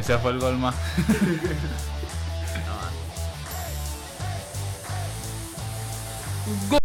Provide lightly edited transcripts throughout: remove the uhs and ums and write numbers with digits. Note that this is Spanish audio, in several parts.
Ese fue el gol más. Gol.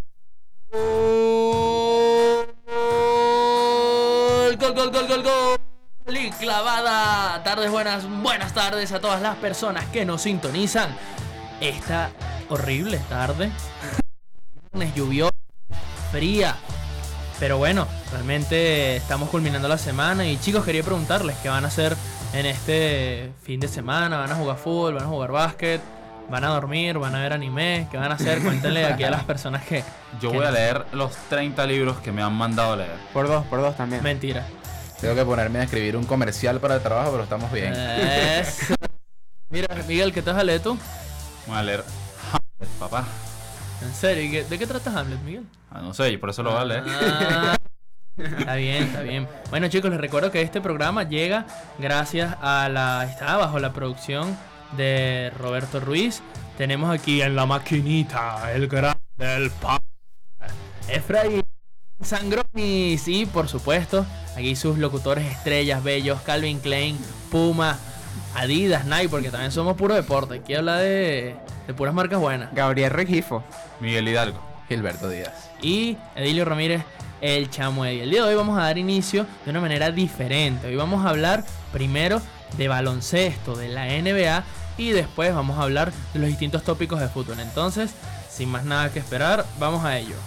Gol, gol, gol, gol, gol. Y clavada. Buenas tardes a todas las personas que nos sintonizan. Esta horrible tarde. Lluviosa, fría. Pero bueno, realmente estamos culminando la semana. Y chicos, quería preguntarles qué van a hacer en este fin de semana. ¿Van a jugar fútbol? ¿Van a jugar básquet? ¿Van a dormir? ¿Van a ver anime? ¿Qué van a hacer? Cuéntenle aquí a las personas que... Yo voy a leer los 30 libros que me han mandado a leer. Por dos también. Mentira. Tengo que ponerme a escribir un comercial para el trabajo, pero estamos bien. Eso. Mira, Miguel, ¿qué te vas a leer tú? Voy a leer Hamlet, papá. ¿En serio? ¿De qué tratas Hamlet, Miguel? No sé, y por eso lo voy a leer. Está bien, está bien. Bueno, chicos, les recuerdo que este programa llega gracias a está bajo la producción de Roberto Ruiz. Tenemos aquí en la maquinita el gran del Efraín Sangronis. Y por supuesto, aquí sus locutores estrellas bellos, Calvin Klein, Puma, Adidas, Nike, porque también somos puro deporte. Aquí habla de puras marcas buenas. Gabriel Regifo. Miguel Hidalgo. Gilberto Díaz. Y Edilio Ramírez, el Chamo Eddie. El día de hoy vamos a dar inicio de una manera diferente. Hoy vamos a hablar primero de baloncesto, de la NBA, y después vamos a hablar de los distintos tópicos de fútbol. Entonces, sin más nada que esperar, vamos a ello.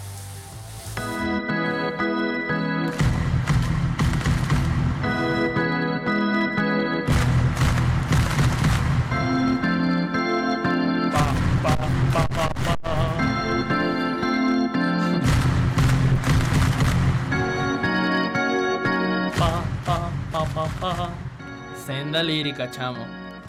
Senda lírica, chamo.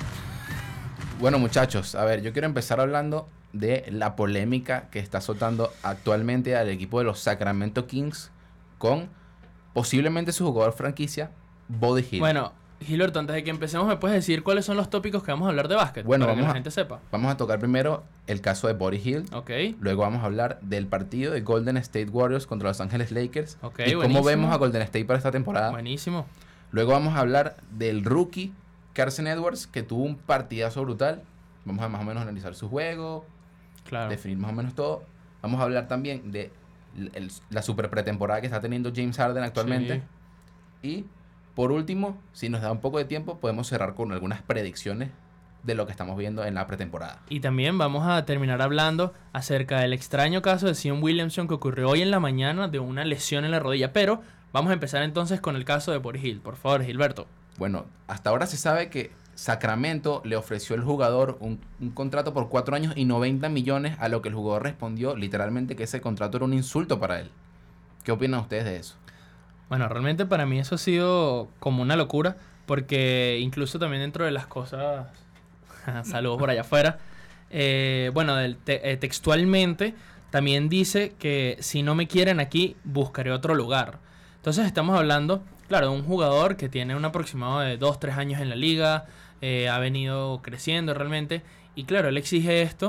Bueno, muchachos, a ver, yo quiero empezar hablando de la polémica que está azotando actualmente al equipo de los Sacramento Kings con posiblemente su jugador franquicia, Buddy Hield. Bueno, Gilberto, antes de que empecemos, ¿me puedes decir cuáles son los tópicos que vamos a hablar de básquet? Bueno, para que la gente sepa. Vamos a tocar primero el caso de Buddy Hield. Ok. Luego vamos a hablar del partido de Golden State Warriors contra Los Ángeles Lakers. Ok, y buenísimo. cómo vemos a Golden State para esta temporada. Buenísimo. Luego vamos a hablar del rookie Carson Edwards, que tuvo un partidazo brutal. Vamos a más o menos analizar su juego, Claro. definir más o menos todo. Vamos a hablar también de la super pretemporada que está teniendo James Harden actualmente. Sí. Y por último, si nos da un poco de tiempo, podemos cerrar con algunas predicciones de lo que estamos viendo en la pretemporada. Y también vamos a terminar hablando acerca del extraño caso de Zion Williamson que ocurrió hoy en la mañana de una lesión en la rodilla. Pero vamos a empezar entonces con el caso de Buddy Hield. Por favor, Gilberto. Bueno, hasta ahora se sabe que Sacramento le ofreció al jugador un contrato por 4 años y 90 millones, a lo que el jugador respondió literalmente que ese contrato era un insulto para él. ¿Qué opinan ustedes de eso? Bueno, realmente para mí eso ha sido como una locura, porque incluso también dentro de las cosas... Saludos por allá afuera. Bueno, textualmente también dice que si no me quieren aquí, buscaré otro lugar. Entonces estamos hablando, claro, de un jugador que tiene un aproximado de 2-3 años en la liga, ha venido creciendo realmente, y claro, él exige esto,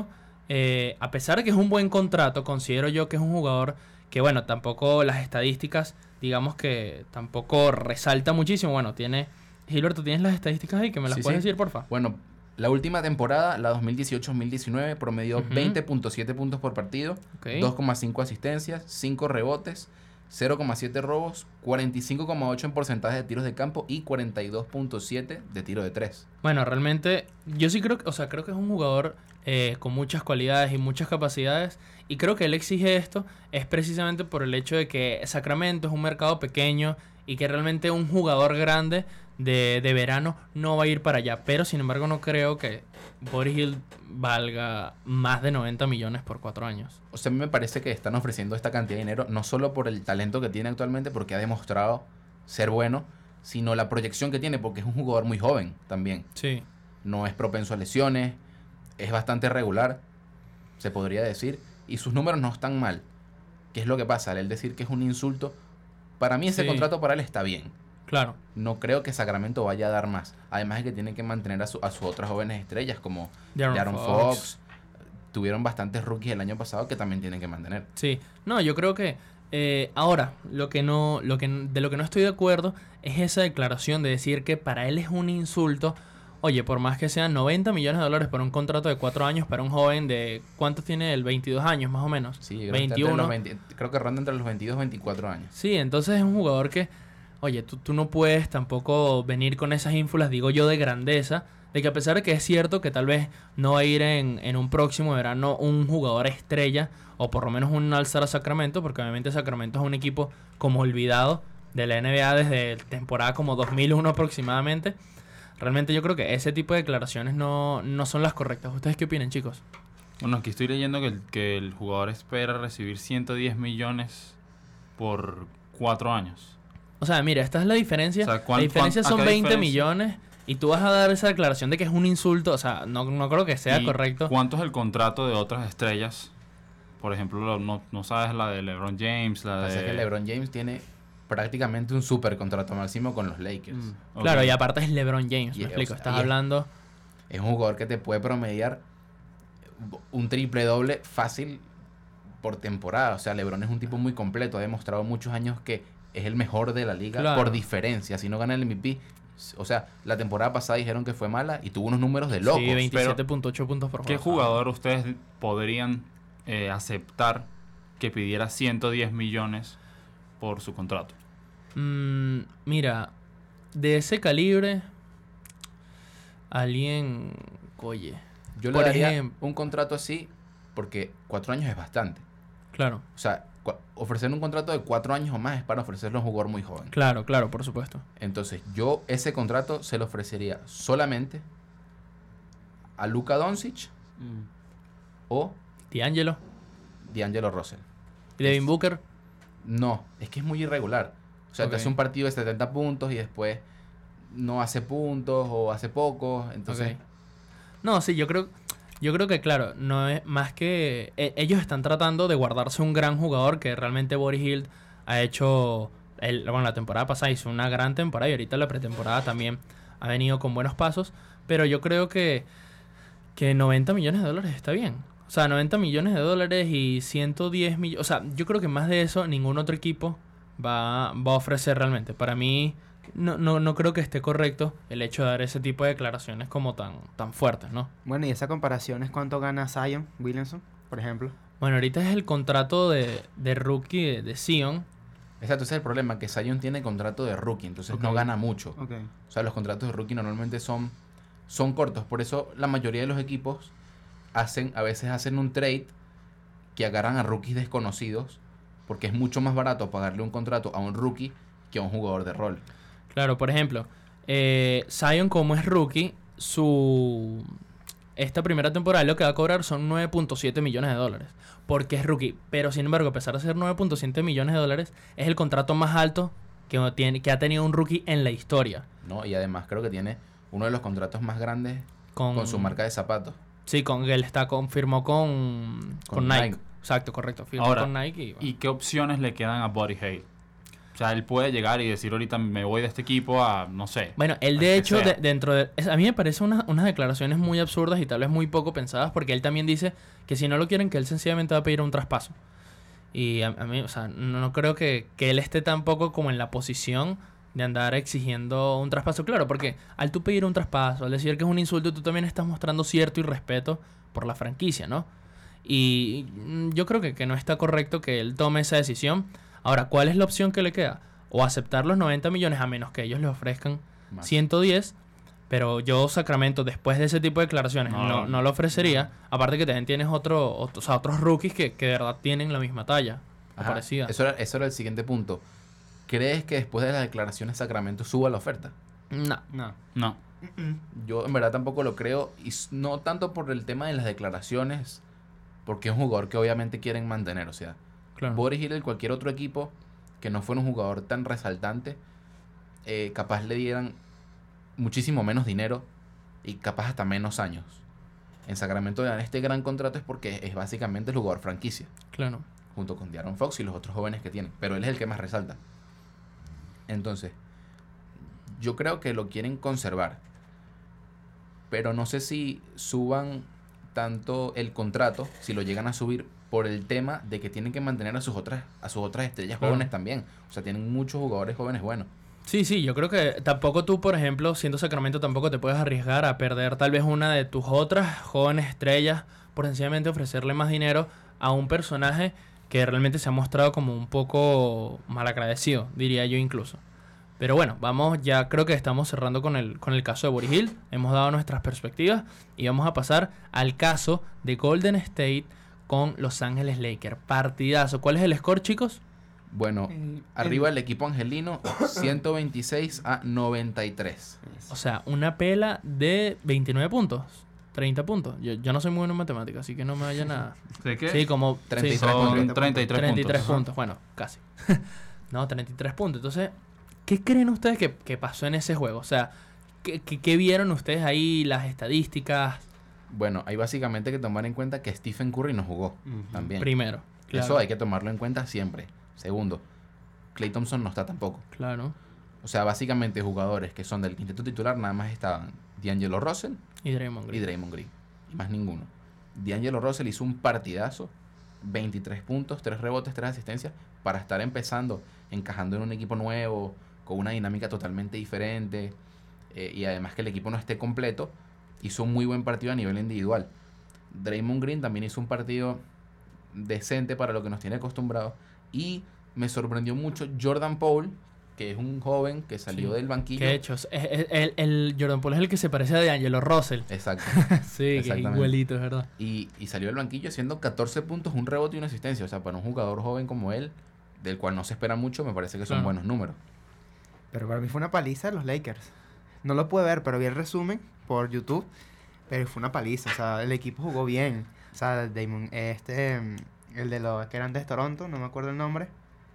a pesar de que es un buen contrato, considero yo que es un jugador que, bueno, tampoco las estadísticas, digamos que tampoco resalta muchísimo. Bueno, Gilberto, ¿tienes las estadísticas ahí? Que me las puedes decir, porfa. Bueno, la última temporada, la 2018-2019, promedió 20.7 puntos por partido, Okay. 2,5 asistencias, 5 rebotes, 0,7 robos, 45,8 en porcentaje de tiros de campo y 42,7 de tiro de 3. Bueno, realmente yo sí creo que es un jugador con muchas cualidades y muchas capacidades, y creo que él exige esto es precisamente por el hecho de que Sacramento es un mercado pequeño y que realmente un jugador grande de verano no va a ir para allá, pero sin embargo no creo que Buddy Hield valga más de 90 millones por 4 años. O sea, a mí me parece que están ofreciendo esta cantidad de dinero no solo por el talento que tiene actualmente, porque ha demostrado ser bueno, sino la proyección que tiene, porque es un jugador muy joven también. Sí. No es propenso a lesiones, es bastante regular, se podría decir, y sus números no están mal. ¿Qué es lo que pasa? Al él decir que es un insulto, para mí ese Sí. contrato para él está bien. Claro. No creo que Sacramento vaya a dar más. Además de que tienen que mantener a sus otras jóvenes estrellas como De'Aaron Fox. Tuvieron bastantes rookies el año pasado que también tienen que mantener. Sí, no, yo creo que ahora de lo que no estoy de acuerdo es esa declaración de decir que para él es un insulto oye, por más que sean 90 millones de dólares por un contrato de 4 años para un joven de... ¿Cuántos tiene él? 22 años más o menos. Sí, creo 21. Creo que ronda entre los 22 y 24 años. Sí, entonces es un jugador que, oye, tú no puedes tampoco venir con esas ínfulas, digo yo, de grandeza, de que a pesar de que es cierto que tal vez no va a ir en un próximo verano un jugador estrella, o por lo menos un All-Star a Sacramento, porque obviamente Sacramento es un equipo como olvidado de la NBA desde temporada como 2001 aproximadamente. Realmente yo creo que ese tipo de declaraciones no son las correctas. ¿Ustedes qué opinan, chicos? Bueno, aquí estoy leyendo que el jugador espera recibir 110 millones por 4 años. O sea, mira, esta es la diferencia. O sea, La diferencia son ¿a qué 20 diferencia? millones y tú vas a dar esa declaración de que es un insulto. O sea, no creo que sea ¿Y correcto. cuánto es el contrato de otras estrellas? Por ejemplo, no sabes la de LeBron James, la Pasa de... que LeBron James tiene prácticamente un super contrato máximo con los Lakers. Ok. Claro, y aparte es LeBron James, Y, me o explico. sea, Estás y es- hablando... Es un jugador que te puede promediar un triple doble fácil por temporada. O sea, LeBron es un tipo muy completo. Ha demostrado muchos años que es el mejor de la liga Claro. por diferencia. Si no gana el MVP, o sea, la temporada pasada dijeron que fue mala y tuvo unos números de locos. Sí, 27.8 puntos por ¿Qué juego. jugador ustedes podrían aceptar que pidiera 110 millones por su contrato? Mira, de ese calibre, alguien... Oye, Yo le por daría ejemplo- un contrato así porque 4 años es bastante. claro, O sea, ofrecer un contrato de 4 años o más es para ofrecerlo a un jugador muy joven. claro, por supuesto. Entonces, yo ese contrato se lo ofrecería solamente a Luka Doncic o D'Angelo D'Angelo Russell. y Devin Booker. No, es que es muy irregular. O sea, Ok. te hace un partido de 70 puntos y después no hace puntos o hace pocos. Entonces, Ok. No, sí, yo creo que, claro, no es más que... ellos están tratando de guardarse un gran jugador que realmente Boris Hill ha hecho... Bueno, la temporada pasada hizo una gran temporada y ahorita la pretemporada también ha venido con buenos pasos. Pero yo creo que 90 millones de dólares está bien. O sea, 90 millones de dólares y 110 millones... O sea, yo creo que más de eso ningún otro equipo va a ofrecer realmente. Para mí... No creo que esté correcto el hecho de dar ese tipo de declaraciones como tan fuertes, ¿no? Bueno, y esa comparación es cuánto gana Zion Williamson, por ejemplo. Bueno, ahorita es el contrato de rookie de Zion. exacto, ese es el problema, que Zion tiene contrato de rookie, entonces Ok. no gana mucho. Ok. O sea, los contratos de rookie normalmente son cortos. Por eso la mayoría de los equipos a veces hacen un trade que agarran a rookies desconocidos, porque es mucho más barato pagarle un contrato a un rookie que a un jugador de rol. Claro, por ejemplo, Zion como es rookie, esta primera temporada lo que va a cobrar son 9.7 millones de dólares. Porque es rookie. Pero sin embargo, a pesar de ser 9.7 millones de dólares, es el contrato más alto que ha tenido un rookie en la historia. ¿No? Y además creo que tiene uno de los contratos más grandes con su marca de zapatos. Sí, él firmó con Nike. Nike. Exacto, correcto. Firmó Ahora, con Nike. Y, bueno. ¿Y qué opciones le quedan a Buddy Hield? O sea, él puede llegar y decir ahorita me voy de este equipo a, no sé. Bueno, él al de que hecho, sea. a mí me parece unas declaraciones muy absurdas y tal vez muy poco pensadas, porque él también dice que si no lo quieren, que él sencillamente va a pedir un traspaso. Y a mí, o sea, no creo que él esté tampoco como en la posición de andar exigiendo un traspaso. Claro, porque al tú pedir un traspaso, al decir que es un insulto, tú también estás mostrando cierto irrespeto por la franquicia, ¿no? Y yo creo que no está correcto que él tome esa decisión. Ahora, ¿cuál es la opción que le queda? O aceptar los 90 millones a menos que ellos le ofrezcan Más. 110. Pero yo, Sacramento, después de ese tipo de declaraciones, no lo ofrecería. Aparte que también tienes otros rookies que de verdad tienen la misma talla. O Ajá, parecida. Eso era el siguiente punto. ¿Crees que después de las declaraciones Sacramento suba la oferta? No. No. No. Yo en verdad tampoco lo creo. Y no tanto por el tema de las declaraciones, porque es un jugador que obviamente quieren mantener. O sea, Claro. Boris Hill y cualquier otro equipo que no fuera un jugador tan resaltante, capaz le dieran muchísimo menos dinero y capaz hasta menos años. En Sacramento le dan este gran contrato es porque es básicamente el jugador franquicia, Claro. junto con De'Aaron Fox y los otros jóvenes que tienen. Pero él es el que más resalta. Entonces, yo creo que lo quieren conservar. Pero no sé si suban tanto el contrato, si lo llegan a subir, por el tema de que tienen que mantener a sus otras estrellas Claro. jóvenes también. O sea, tienen muchos jugadores jóvenes buenos. Sí, yo creo que tampoco tú, por ejemplo, siendo Sacramento, tampoco te puedes arriesgar a perder tal vez una de tus otras jóvenes estrellas por sencillamente ofrecerle más dinero a un personaje que realmente se ha mostrado como un poco malagradecido, diría yo incluso. Pero bueno, vamos, ya creo que estamos cerrando con el caso de Buddy Hield. Hemos dado nuestras perspectivas y vamos a pasar al caso de Golden State con Los Ángeles Lakers. Partidazo. ¿Cuál es el score, chicos? Bueno, arriba el equipo angelino, 126-93. O sea, una pela de 29 puntos, 30 puntos. Yo no soy muy bueno en matemáticas, así que no me vayan a... ¿De qué? Sí, como... 33 sí, Son 30 33 33 puntos. puntos. Bueno, casi. No, 33 puntos. Entonces, ¿qué creen ustedes que pasó en ese juego? O sea, ¿qué vieron ustedes ahí, las estadísticas? Bueno, hay básicamente que tomar en cuenta que Stephen Curry no jugó también. Primero. Claro. Eso hay que tomarlo en cuenta siempre. Segundo, Klay Thompson no está tampoco. Claro. O sea, básicamente jugadores que son del quinteto titular nada más estaban D'Angelo Russell Y Draymond y Green. Draymond Green. Y más ninguno. D'Angelo Russell hizo un partidazo, 23 puntos, 3 rebotes, 3 asistencias, para estar empezando, encajando en un equipo nuevo, con una dinámica totalmente diferente, y además que el equipo no esté completo, hizo un muy buen partido a nivel individual. Draymond Green también hizo un partido decente para lo que nos tiene acostumbrados, y me sorprendió mucho Jordan Poole, que es un joven que salió Sí. del banquillo. ¿Qué hechos? El Jordan Poole es el que se parece a D'Angelo Russell. Exacto. Sí, que es Exactamente. igualito, es verdad. Y salió del banquillo haciendo 14 puntos, un rebote y una asistencia. O sea, para un jugador joven como él, del cual no se espera mucho, me parece que son Claro. buenos números. Pero para mí fue una paliza de los Lakers. No lo pude ver, pero vi el resumen por YouTube. Pero fue una paliza. O sea, el equipo jugó bien. O sea, Damon, el de los que eran de Toronto, no me acuerdo el nombre.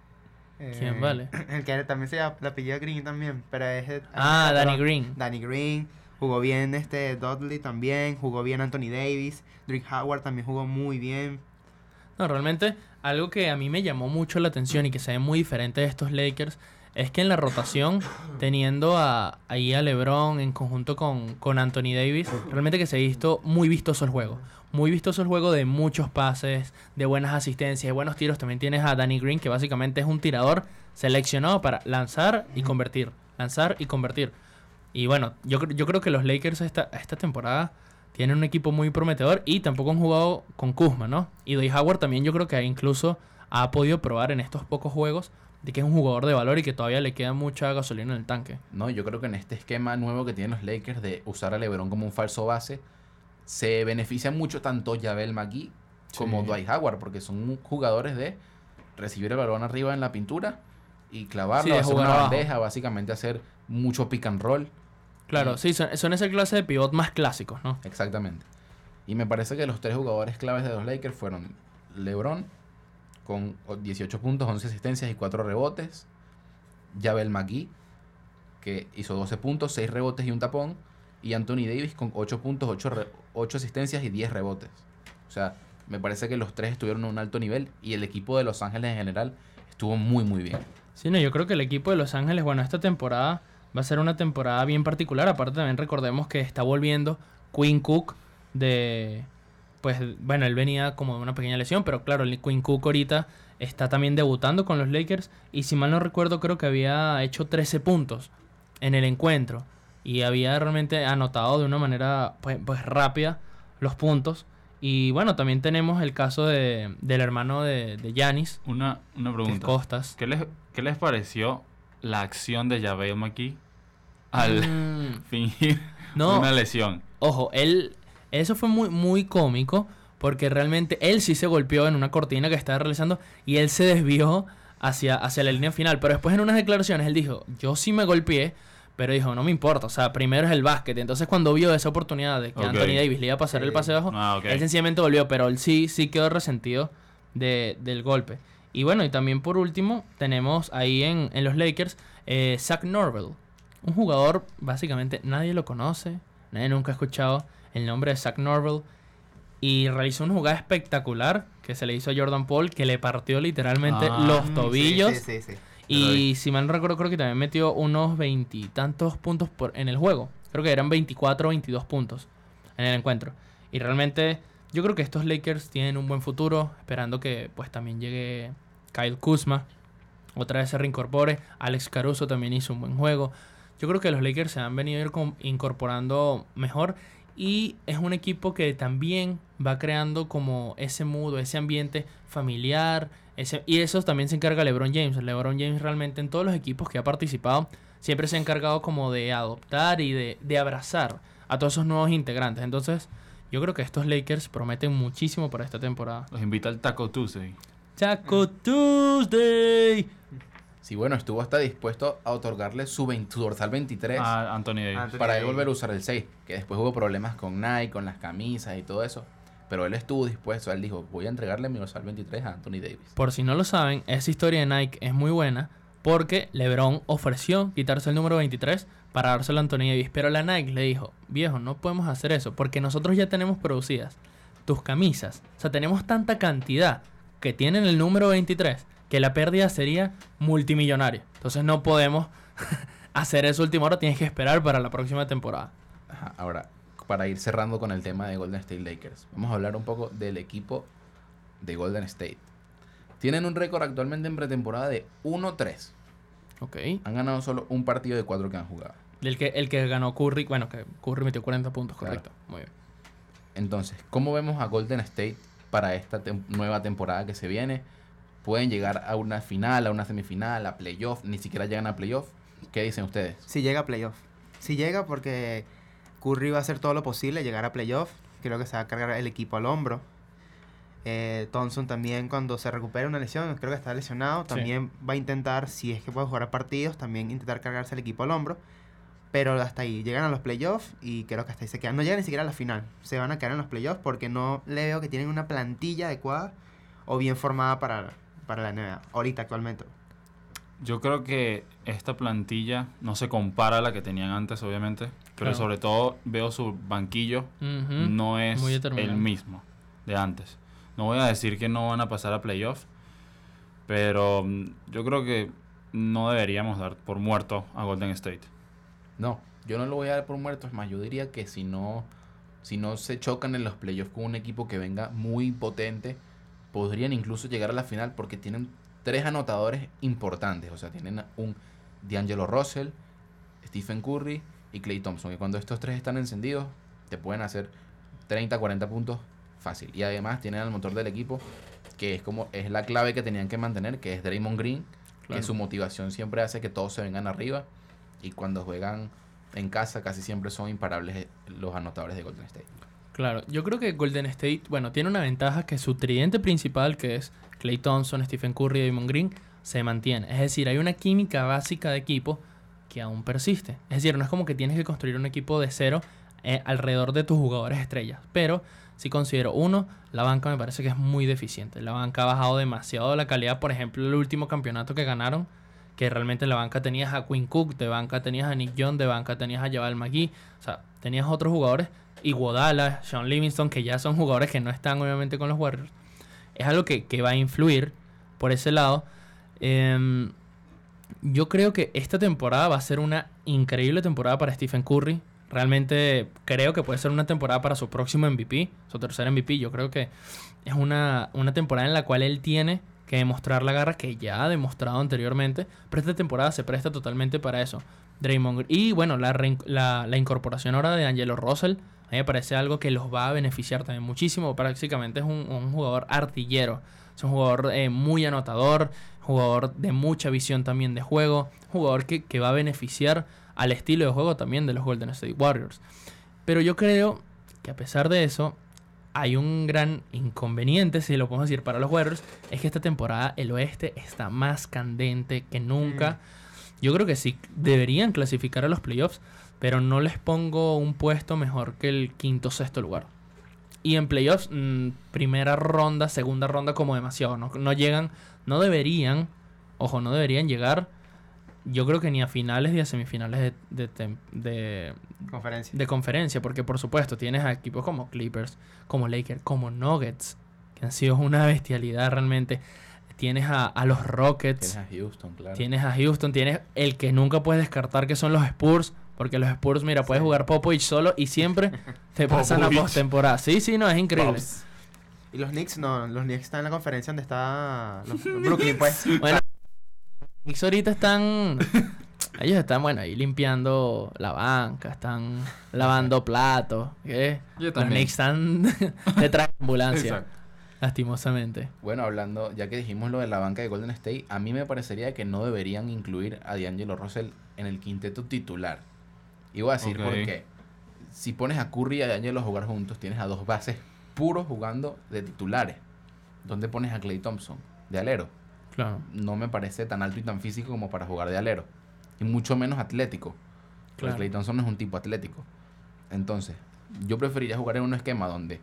¿Quién vale? El que también se llama, la apellido Green también, pero es... Danny Green. Danny Green. Jugó bien Dudley también. Jugó bien Anthony Davis. Dwight Howard también jugó muy bien. No, realmente algo que a mí me llamó mucho la atención y que se ve muy diferente de estos Lakers es que en la rotación, teniendo ahí a LeBron en conjunto con Anthony Davis, realmente que se ha visto muy vistoso el juego. Muy vistoso el juego de muchos pases, de buenas asistencias, de buenos tiros. También tienes a Danny Green, que básicamente es un tirador seleccionado para lanzar y convertir. Lanzar y convertir. Y bueno, yo creo que los Lakers esta temporada tienen un equipo muy prometedor y tampoco han jugado con Kuzma, ¿no? Y Dwight Howard también yo creo que incluso ha podido probar en estos pocos juegos de que es un jugador de valor y que todavía le queda mucha gasolina en el tanque. No, yo creo que en este esquema nuevo que tienen los Lakers de usar a LeBron como un falso base, se beneficia mucho tanto JaVale McGee como Sí. Dwight Howard, porque son jugadores de recibir el balón arriba en la pintura y clavarlo, Sí, de hacer jugar una abajo. bandeja, básicamente hacer mucho pick and roll. Claro, sí, son esa clase de pivot más clásicos, ¿no? Exactamente. Y me parece que los tres jugadores claves de los Lakers fueron LeBron, con 18 puntos, 11 asistencias y 4 rebotes. JaVale McGee, que hizo 12 puntos, 6 rebotes y un tapón. Y Anthony Davis con 8 puntos, 8 asistencias y 10 rebotes. O sea, me parece que los tres estuvieron a un alto nivel y el equipo de Los Ángeles en general estuvo muy, muy bien. Sí, no, yo creo que el equipo de Los Ángeles, bueno, esta temporada va a ser una temporada bien particular. Aparte también recordemos que está volviendo Quinn Cook de... Pues, bueno, él venía como de una pequeña lesión, pero claro, el Quinn Cook ahorita está también debutando con los Lakers. Y si mal no recuerdo, creo que había hecho 13 puntos en el encuentro. Y había realmente anotado de una manera pues rápida los puntos. Y bueno, también tenemos el caso del hermano de Giannis, Una que es pregunta. Costas. ¿Qué les pareció la acción de JaVale McGee al fingir No. una lesión? Ojo, eso fue muy, muy cómico porque realmente él sí se golpeó en una cortina que estaba realizando y él se desvió hacia la línea final. Pero después en unas declaraciones él dijo, yo sí me golpeé, pero dijo, no me importa, o sea, primero es el básquet. Entonces cuando vio esa oportunidad de que Ok. Anthony Davis le iba a pasar el pase abajo, Ah, ok. él sencillamente volvió, pero él sí quedó resentido del golpe. Y bueno, y también por último tenemos ahí en los Lakers Zach Norvell, un jugador básicamente nadie lo conoce, nadie nunca ha escuchado el nombre de Zach Norvell y realizó una jugada espectacular que se le hizo a Jordan Poole que le partió literalmente los tobillos. Sí. Y si mal no recuerdo, creo que también metió unos 20 y tantos puntos en el juego. Creo que eran 24 o 22 puntos en el encuentro. Y realmente yo creo que estos Lakers tienen un buen futuro, esperando que pues también llegue Kyle Kuzma otra vez se reincorpore. Alex Caruso también hizo un buen juego. Yo creo que los Lakers se han venido incorporando mejor y es un equipo que también va creando como ese mood, ese ambiente familiar. Y eso también se encarga LeBron James. LeBron James realmente en todos los equipos que ha participado siempre se ha encargado como de adoptar y de abrazar a todos esos nuevos integrantes. Entonces yo creo que estos Lakers prometen muchísimo para esta temporada. Los invita al Taco Tuesday. Taco Tuesday. Sí, bueno, estuvo hasta dispuesto a otorgarle su dorsal 23 A Anthony Davis. Anthony para él Davis. volver a usar el 6, que después hubo problemas con Nike, con las camisas y todo eso. Pero él estuvo dispuesto, él dijo, voy a entregarle mi dorsal 23 a Anthony Davis. Por si no lo saben, esa historia de Nike es muy buena porque LeBron ofreció quitarse el número 23 para dárselo a Anthony Davis. Pero la Nike le dijo, viejo, no podemos hacer eso porque nosotros ya tenemos producidas tus camisas. O sea, tenemos tanta cantidad que tienen el número 23 que la pérdida sería multimillonaria. Entonces no podemos hacer eso última hora, tienes que esperar para la próxima temporada. Ajá, ahora, para ir cerrando con el tema de Golden State Lakers, vamos a hablar un poco del equipo de Golden State. Tienen un récord actualmente en pretemporada de 1-3. Ok. Han ganado solo un partido de 4 que han jugado. El que ganó Curry, bueno, que Curry metió 40 puntos, Claro. correcto. Muy bien. Entonces, ¿cómo vemos a Golden State para esta nueva temporada que se viene? ¿Pueden llegar a una final, a una semifinal, a playoff? Ni siquiera llegan a playoff. ¿Qué dicen ustedes? Si llega a playoff. Si llega porque Curry va a hacer todo lo posible llegar a playoff. Creo que se va a cargar el equipo al hombro. Thompson también cuando se recupere una lesión, creo que está lesionado, también va a intentar, si es que puede jugar partidos, también intentar cargarse el equipo al hombro. Pero hasta ahí, llegan a los playoffs y creo que hasta ahí se quedan. No llegan ni siquiera a la final, se van a quedar en los playoffs porque no le veo que tienen una plantilla adecuada o bien formada para la NBA, ahorita actualmente. Yo creo que esta plantilla no se compara a la que tenían antes, obviamente. Pero Claro. sobre todo veo su banquillo Ujú. no es Muy el determinante. mismo de antes. No voy a decir que no van a pasar a playoff, pero yo creo que no deberíamos dar por muerto a Golden State. No, yo no lo voy a dar por muerto. Es más, yo diría que si no se chocan en los playoffs con un equipo que venga muy potente, podrían incluso llegar a la final porque tienen 3 anotadores importantes. O sea, tienen un D'Angelo Russell, Stephen Curry y Klay Thompson. Y cuando estos 3 están encendidos, te pueden hacer 30, 40 puntos fácil. Y además tienen al motor del equipo, que es la clave que tenían que mantener, que es Draymond Green, Claro. que su motivación siempre hace que todos se vengan arriba. Y cuando juegan en casa, casi siempre son imparables los anotadores de Golden State. Claro, yo creo que Golden State, bueno, tiene una ventaja que su tridente principal, que es Klay Thompson, Stephen Curry y Draymond Green, se mantiene. Es decir, hay una química básica de equipo que aún persiste. Es decir, no es como que tienes que construir un equipo de cero alrededor de tus jugadores estrellas. Pero sí considero, uno, la banca me parece que es muy deficiente. La banca ha bajado demasiado la calidad. Por ejemplo, el último campeonato que ganaron, que realmente en la banca tenías a Quinn Cook, de banca tenías a Nick Young, de banca tenías a Jabal McGee. O sea, tenías otros jugadores, Iguodala, Sean Livingston, que ya son jugadores que no están obviamente con los Warriors. Es algo que va a influir por ese lado. Yo creo que esta temporada va a ser una increíble temporada para Stephen Curry. Realmente creo que puede ser una temporada para su próximo MVP, su tercer MVP. Yo creo que es una temporada en la cual él tiene que demostrar la garra que ya ha demostrado anteriormente. Pero esta temporada se presta totalmente para eso. Draymond Green. Y bueno, la incorporación ahora de D'Angelo Russell, a mí me parece algo que los va a beneficiar también muchísimo. Prácticamente es un jugador artillero. Es un jugador muy anotador, jugador de mucha visión también de juego, jugador que va a beneficiar al estilo de juego también de los Golden State Warriors. Pero yo creo que a pesar de eso, hay un gran inconveniente, si lo podemos decir, para los Warriors, es que esta temporada el oeste está más candente que nunca. Yo creo que sí deberían clasificar a los playoffs, pero no les pongo un puesto mejor que el quinto o sexto lugar. Y en playoffs, primera ronda, segunda ronda como demasiado. No llegan, no deberían llegar, yo creo que ni a finales ni a semifinales de conferencia. Porque por supuesto tienes a equipos como Clippers, como Lakers, como Nuggets, que han sido una bestialidad realmente. Tienes a los Rockets. Tienes a Houston, claro. Tienes a Houston, tienes el que nunca puedes descartar, que son los Spurs. Porque los Spurs, mira, puedes jugar Popovich solo y siempre te pasan a Popovich. postemporada. Sí, no, es increíble. Pops. Y los Knicks, no, los Knicks están en la conferencia donde está Brooklyn, pues. Bueno, Knicks ahorita están... Ellos están, bueno, ahí limpiando la banca, están lavando platos. ¿Qué? Yo Los también. Knicks están detrás de ambulancia, Exacto. lastimosamente. Bueno, hablando, ya que dijimos lo de la banca de Golden State, a mí me parecería que no deberían incluir a D'Angelo Russell en el quinteto titular. Y voy a decir Ok. por qué. Si pones a Curry y a D'Angelo a jugar juntos, tienes a dos bases puros jugando de titulares. ¿Dónde pones a Klay Thompson? De alero. Claro, No me parece tan alto y tan físico como para jugar de alero. Y mucho menos atlético. Porque Claro. Klay Thompson no es un tipo atlético. Entonces, yo preferiría jugar en un esquema donde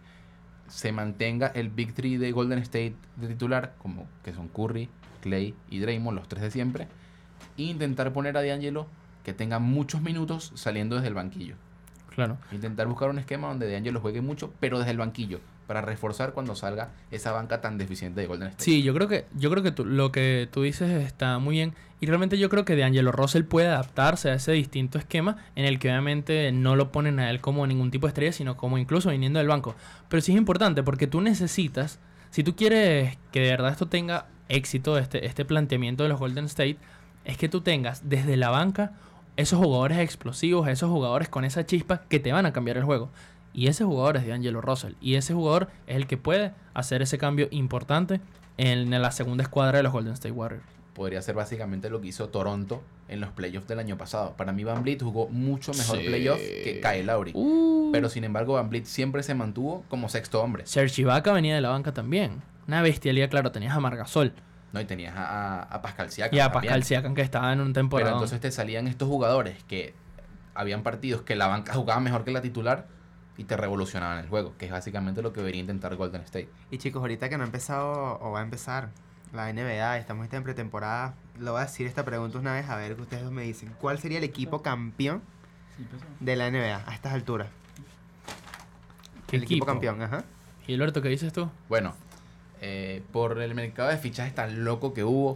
se mantenga el Big Three de Golden State de titular, como que son Curry, Klay y Draymond, los tres de siempre, e intentar poner a D'Angelo que tenga muchos minutos saliendo desde el banquillo. claro. Intentar buscar un esquema donde D'Angelo juegue mucho, pero desde el banquillo, para reforzar cuando salga esa banca tan deficiente de Golden State. Sí, yo creo que lo que tú dices está muy bien. Y realmente yo creo que D'Angelo Russell puede adaptarse a ese distinto esquema en el que obviamente no lo ponen a él como ningún tipo de estrella, sino como incluso viniendo del banco. Pero sí es importante porque tú necesitas, si tú quieres que de verdad esto tenga éxito, este planteamiento de los Golden State, es que tú tengas desde la banca esos jugadores explosivos, esos jugadores con esa chispa que te van a cambiar el juego. Y ese jugador es D'Angelo Russell. Y ese jugador es el que puede hacer ese cambio importante en la segunda escuadra de los Golden State Warriors. Podría ser básicamente lo que hizo Toronto en los playoffs del año pasado. Para mí Van Vliet jugó mucho mejor Sí. playoff que Kyle Lowry. Pero sin embargo Van Vliet siempre se mantuvo como sexto hombre. Serge Ibaka venía de la banca también. Una bestialidad, claro, tenías a Margasol No, y tenías a Pascal Siakam y a también. Pascal Siakam que estaba en un Pero temporada. entonces te salían estos jugadores que habían partidos que la banca jugaba mejor que la titular y te revolucionaban el juego, que es básicamente lo que debería intentar Golden State. Y chicos, ahorita que no ha empezado o va a empezar la NBA, estamos en pretemporada, lo voy a decir esta pregunta una vez, a ver que ustedes me dicen. ¿Cuál sería el equipo campeón de la NBA a estas alturas? ¿Qué el equipo equipo? campeón, ajá. Gilberto, ¿qué dices tú? Bueno, por el mercado de fichajes tan loco que hubo,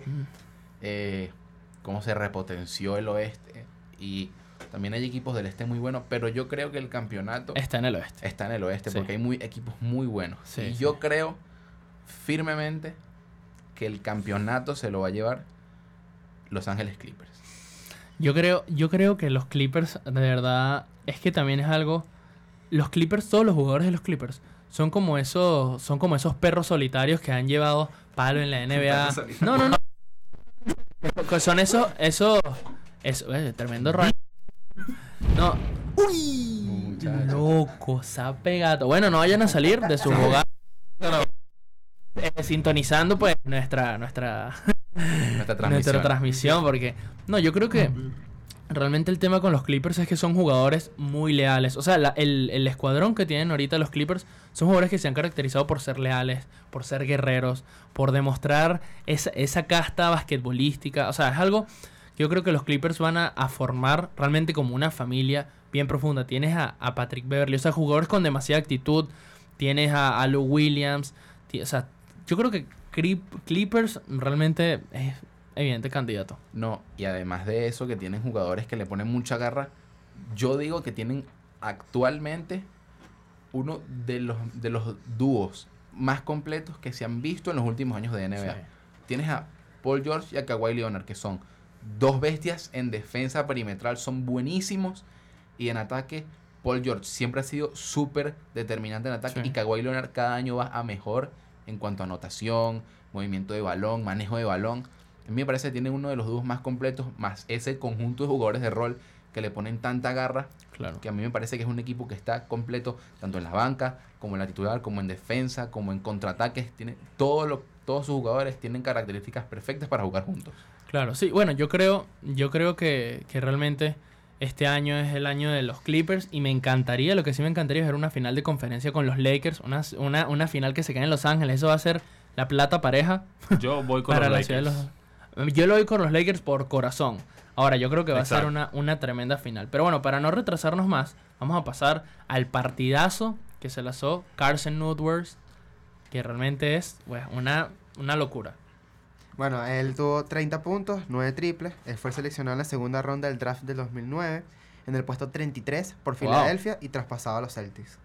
cómo se repotenció el oeste y también hay equipos del este muy buenos, pero yo creo que el campeonato Está en el oeste. está en el oeste Sí. porque hay equipos muy buenos. Sí, y sí. yo creo firmemente que el campeonato se lo va a llevar Los Ángeles Clippers. Yo creo que los Clippers, de verdad, es que también es algo. Los Clippers, todos los jugadores de los Clippers, son como esos perros solitarios que han llevado palo en la NBA. No. Son tremendo rayo. No. Uy, loco, se ha pegado. Bueno, no vayan a salir de su hogar. Sintonizando pues nuestra Nuestra nuestra transmisión. transmisión, porque no, yo creo que realmente el tema con los Clippers es que son jugadores muy leales. O sea, el escuadrón que tienen ahorita los Clippers son jugadores que se han caracterizado por ser leales, por ser guerreros, por demostrar esa casta basquetbolística. O sea, es algo que yo creo que los Clippers van a formar realmente como una familia bien profunda. Tienes a Patrick Beverley, o sea, jugadores con demasiada actitud. Tienes a Lou Williams. O sea, yo creo que Clippers realmente es evidente candidato. No, y además de eso, que tienen jugadores que le ponen mucha garra. Yo digo que tienen actualmente uno de los dúos más completos que se han visto en los últimos años de NBA. Sí. Tienes a Paul George y a Kawhi Leonard, que son dos bestias en defensa perimetral, son buenísimos. Y en ataque, Paul George siempre ha sido súper determinante en ataque. Sí. Y Kawhi Leonard cada año va a mejor en cuanto a anotación, movimiento de balón, manejo de balón. A mí me parece que tienen uno de los dúos más completos, más ese conjunto de jugadores de rol que le ponen tanta garra, Claro. que a mí me parece que es un equipo que está completo tanto en la banca, como en la titular, como en defensa, como en contraataques. Tiene todos sus jugadores tienen características perfectas para jugar juntos. Claro, sí. Bueno, yo creo que realmente este año es el año de los Clippers y me encantaría, lo que sí me encantaría es ver una final de conferencia con los Lakers, una final que se quede en Los Ángeles. Eso va a ser la plata pareja Yo voy con para los la ciudad de Lakers. Yo lo voy con los Lakers por corazón. Ahora, yo creo que va a ser Exacto. una tremenda final. Pero bueno, para no retrasarnos más, vamos a pasar al partidazo que se lanzó Carson Edwards, que realmente es pues, una locura. Bueno, él tuvo 30 puntos, 9 triples. Él fue seleccionado en la segunda ronda del draft del 2009, en el puesto 33 por Wow. Filadelfia y traspasado a los Celtics.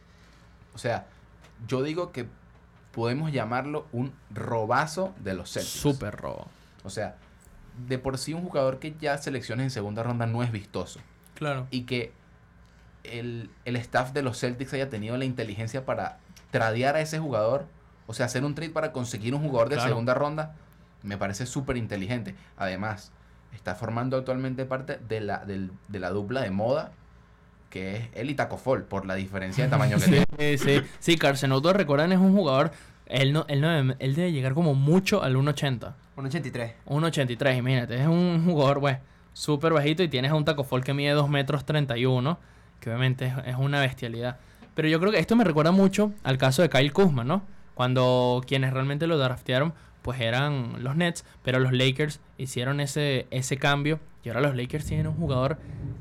O sea, yo digo que podemos llamarlo un robazo de los Celtics. Súper robo. O sea, de por sí un jugador que ya selecciones en segunda ronda no es vistoso. Claro. Y que el staff de los Celtics haya tenido la inteligencia para tradear a ese jugador, o sea, hacer un trade para conseguir un jugador de Claro. segunda ronda, me parece súper inteligente. Además, está formando actualmente parte de la dupla de moda, que es él y Taco Fall, por la diferencia de tamaño que tiene. Sí, Carson Outdoor, recuerdan, es un jugador, él debe llegar como mucho al 1.80. 1.83. 1.83, imagínate, es un jugador, pues, súper bajito y tienes a un Taco Fall que mide 2.31 metros, que obviamente es una bestialidad. Pero yo creo que esto me recuerda mucho al caso de Kyle Kuzma, ¿no? Cuando quienes realmente lo draftearon, pues eran los Nets, pero los Lakers hicieron ese cambio y ahora los Lakers tienen un jugador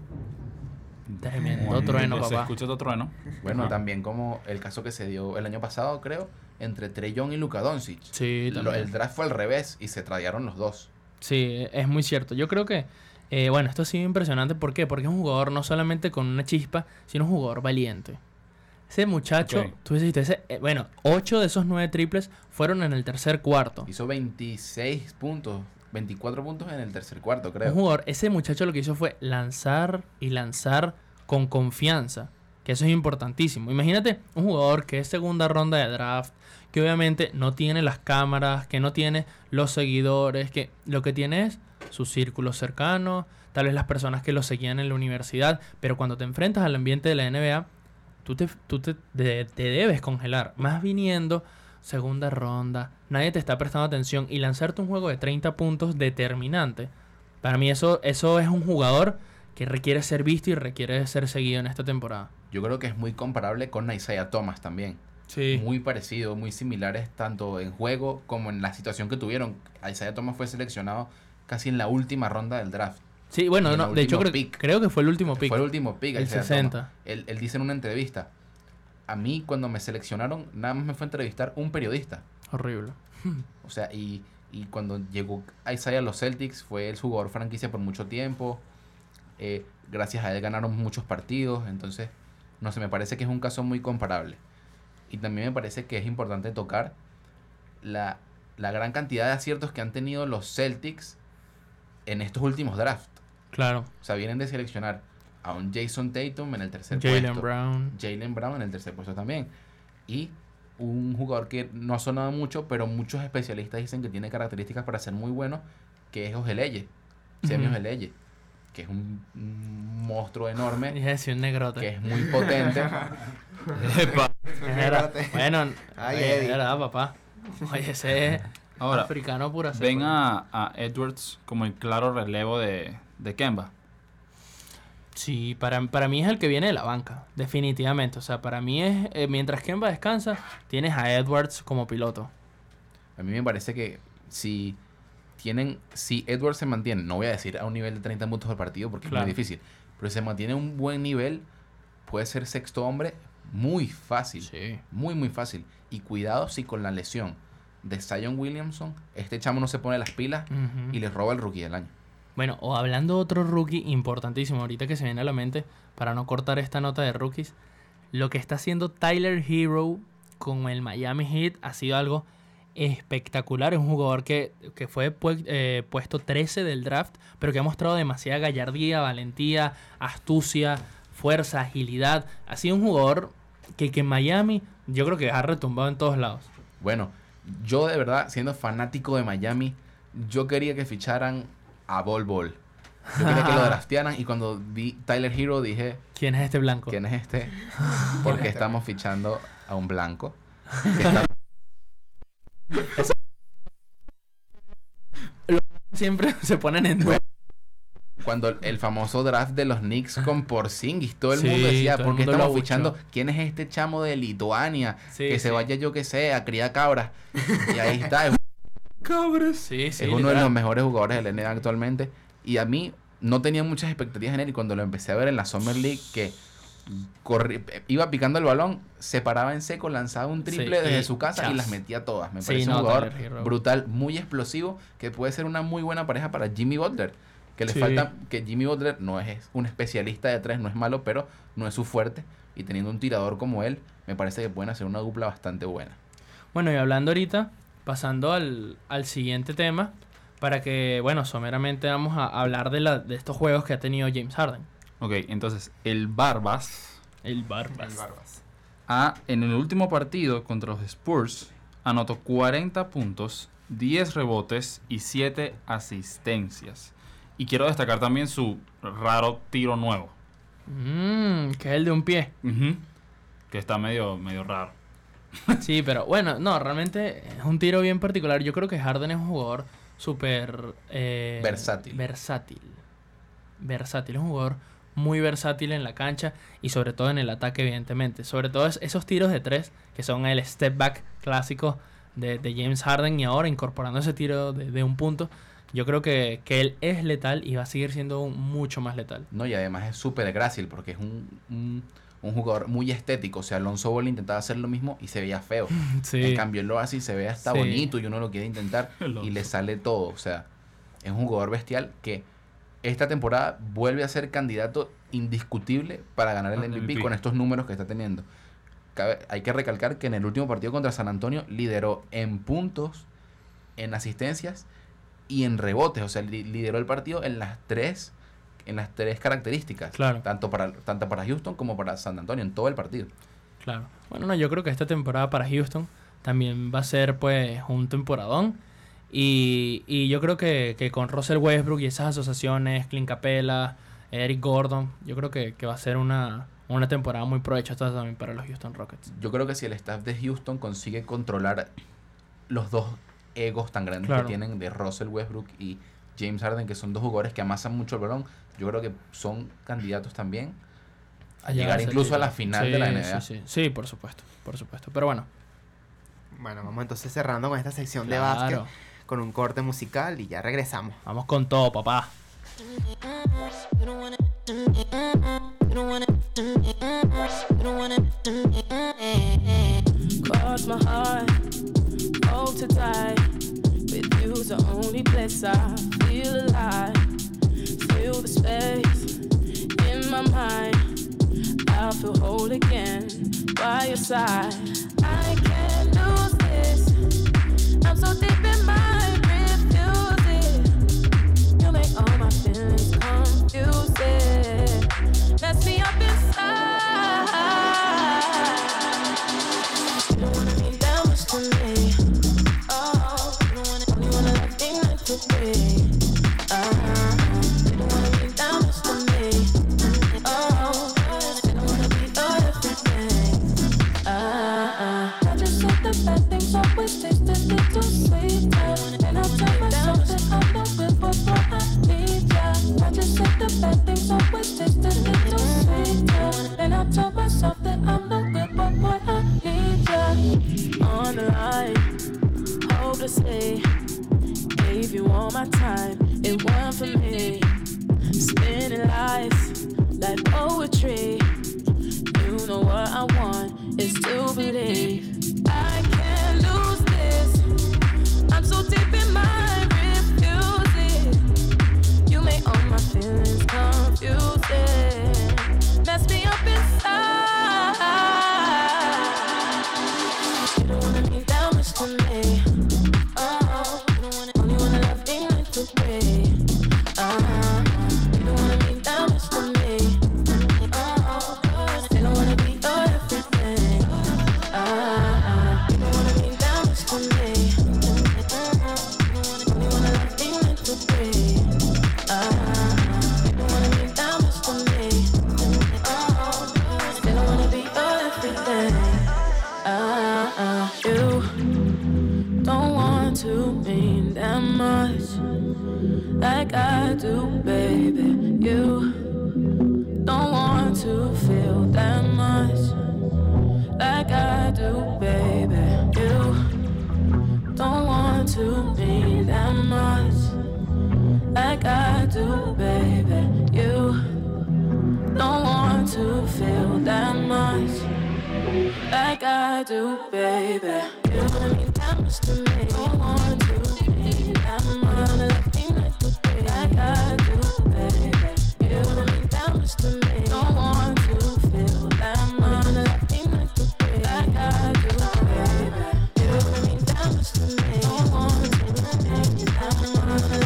tremendo trueno, Se papá. escucha otro trueno. Bueno, Ajá. también como el caso que se dio el año pasado, creo, entre Trae Young y Luka Doncic. Sí, también. El draft fue al revés y se tradearon los dos. Sí, es muy cierto. Yo creo que, bueno, esto ha sido impresionante. ¿Por qué? Porque es un jugador no solamente con una chispa, sino un jugador valiente. Ese muchacho, Ok. tú dijiste, 8 de esos 9 triples fueron en el tercer cuarto. Hizo 26 puntos, 24 puntos en el tercer cuarto, creo. Un jugador, ese muchacho lo que hizo fue lanzar y lanzar con confianza, que eso es importantísimo. Imagínate un jugador que es segunda ronda de draft, que obviamente no tiene las cámaras, que no tiene los seguidores, que lo que tiene es su círculo cercano, tal vez las personas que lo seguían en la universidad, pero cuando te enfrentas al ambiente de la NBA, tú te debes congelar, más viniendo segunda ronda, nadie te está prestando atención y lanzarte un juego de 30 puntos determinante. Para mí eso es un jugador que requiere ser visto y requiere ser seguido en esta temporada. Yo creo que es muy comparable con Isaiah Thomas también. Sí. Muy parecido, muy similares tanto en juego como en la situación que tuvieron. Isaiah Thomas fue seleccionado casi en la última ronda del draft. Sí, bueno, Y en no, el de hecho último pick. creo que fue el último pick. Fue el último pick. El Isaiah 60. Thomas. Él dice en una entrevista, a mí cuando me seleccionaron nada más me fue a entrevistar un periodista. Horrible. O sea, y cuando llegó Isaiah a los Celtics fue el jugador franquicia por mucho tiempo. Gracias a él ganaron muchos partidos. Entonces, no sé, me parece que es un caso muy comparable. Y también me parece que es importante tocar la gran cantidad de aciertos que han tenido los Celtics en estos últimos drafts. Claro. O sea, vienen de seleccionar a un Jason Tatum en el tercer Jaylen puesto. Brown. Jaylen Brown en el tercer puesto también. Y un jugador que no ha sonado mucho, pero muchos especialistas dicen que tiene características para ser muy bueno, que es Ojeleye. Semi Ujú. Ojeleye, que es un monstruo enorme, Dije decir un negrote. que es muy potente. Bueno, Ay, oye, Eddie. es verdad, papá. Oye, ese es Ahora, africano pura ven cepa. a Edwards como el claro relevo de Kemba. Sí, para mí es el que viene de la banca, definitivamente. O sea, para mí es, mientras Kemba descansa, tienes a Edwards como piloto. A mí me parece que si Edwards se mantiene, no voy a decir a un nivel de 30 puntos por partido porque Claro. es muy difícil, pero si se mantiene a un buen nivel, puede ser sexto hombre muy fácil. Sí. Muy, muy fácil. Y cuidado si con la lesión de Zion Williamson, este chamo no se pone las pilas y le roba el rookie del año. Bueno, o hablando de otro rookie importantísimo, ahorita que se viene a la mente, para no cortar esta nota de rookies, lo que está haciendo Tyler Hero con el Miami Heat ha sido algo espectacular. Es un jugador que fue puesto 13 del draft, pero que ha mostrado demasiada gallardía, valentía, astucia, fuerza, agilidad. Ha sido un jugador que en Miami yo creo que ha retumbado en todos lados. Bueno, yo de verdad, siendo fanático de Miami, yo quería que ficharan a Bol Bol. Yo quería que lo draftearan y cuando vi Tyler Hero dije, ¿Quién es este blanco? ¿quién es este? Porque estamos fichando a un blanco. Que está- Siempre se ponen en duda. Cuando el famoso draft de los Knicks con Porzingis, todo el Sí, mundo decía, todo el ¿por qué mundo lo estamos fichando? abucheó. ¿Quién es este chamo de Lituania? Sí, que se sí. vaya yo que sé, a criar cabras. Y ahí está, Cabros. Sí, sí. es uno de literal. los mejores jugadores de la NBA actualmente. Y a mí no tenía muchas expectativas en él. Y cuando lo empecé a ver en la Summer League, que iba picando el balón, se paraba en seco, lanzaba un triple Sí, desde y su casa y chas. las metía todas. Me Sí, parece no, un jugador Tyler Hero. brutal, muy explosivo, que puede ser una muy buena pareja para Jimmy Butler. Que le Sí. falta, que Jimmy Butler no es un especialista de tres, no es malo, pero no es su fuerte. Y teniendo un tirador como él, me parece que pueden hacer una dupla bastante buena. Bueno, y hablando ahorita, pasando al siguiente tema, para que, bueno, someramente vamos a hablar de estos juegos que ha tenido James Harden. Ok, entonces el Barbas El Barbas. en el último partido contra los Spurs anotó 40 puntos, 10 rebotes y 7 asistencias. Y quiero destacar también su raro tiro nuevo. Que es el de un pie. Que está medio raro. Sí, pero bueno, no, realmente es un tiro bien particular. Yo creo que Harden es un jugador súper... Versátil. Versátil, es un jugador muy versátil en la cancha y sobre todo en el ataque, evidentemente. Sobre todo esos tiros de tres, que son el step back clásico de James Harden, y ahora incorporando ese tiro de un punto, yo creo que él es letal y va a seguir siendo mucho más letal. No, y además es súper grácil porque es un jugador muy estético. O sea, Alonso Ball intentaba hacer lo mismo y se veía feo. Sí. En cambio, él lo hace y se ve hasta Sí. bonito y uno lo quiere intentar y le sale todo. O sea, es un jugador bestial que esta temporada vuelve a ser candidato indiscutible para ganar el MVP con estos números que está teniendo. Hay que recalcar que en el último partido contra San Antonio lideró en puntos, en asistencias y en rebotes. O sea, lideró el partido en las tres características. Claro. Tanto para Houston como para San Antonio, en todo el partido. Claro. Bueno, no, yo creo que esta temporada para Houston también va a ser pues un temporadón. Y yo creo que con Russell Westbrook y esas asociaciones, Clint Capela, Eric Gordon, yo creo que va a ser una temporada muy provechosa también para los Houston Rockets. Yo creo que si el staff de Houston consigue controlar los dos egos tan grandes Claro. que tienen de Russell Westbrook y James Harden, que son dos jugadores que amasan mucho el balón, yo creo que son candidatos también a llegar incluso a la final de la NBA. Sí, por supuesto. Pero bueno. Bueno, vamos entonces cerrando con esta sección de Claro. básquet, con un corte musical y ya regresamos. Vamos con todo, papá. Cross my heart, hope to die. With you's the only place I feel alive. Feel the space in my mind. I feel whole again by your side. I can't lose this. I'm so deep in my refuse it. You make all my feelings confusing. Mess me up inside. You don't wanna mean that much to me. Oh, you don't wanna only wanna love me like to be. You don't wanna mean that much to me. Oh, you don't wanna be your everything. I just said the bad things always taste a little sweeter. And I tell myself that I'm not good, but boy, I need ya. I just said the bad things always taste a little sweeter. And I tell myself that I'm not good, but boy, I need ya. On the line, hopelessly, gave you all my time, it weren't for me. Spinning life like poetry. You know what I want is to believe. I can't lose this. I'm so deep in my refusing. You make all my feelings confusing. Mess me up inside. You don't wanna mean that much to me. Oh, you don't wanna only wanna love me like to be. You don't wanna mean that much to me. Oh, still I wanna be your everything. You don't wanna mean that much to me. Only wanna love me like to be. You don't wanna mean that much to me. Oh, still I wanna be your everything. You don't want to mean that much like I do, baby. You don't want to feel that much like I do, baby. You don't want to mean that much like I do, baby. You don't want to feel that much like I do, baby. You don't wanna mean that much to me. Don't want to mean that much. Love me like to be like I do, baby. You don't wanna mean that much to me. Don't want to feel that much. Love me like to be like I do, baby. You don't wanna mean that much to me. Don't want to mean that much.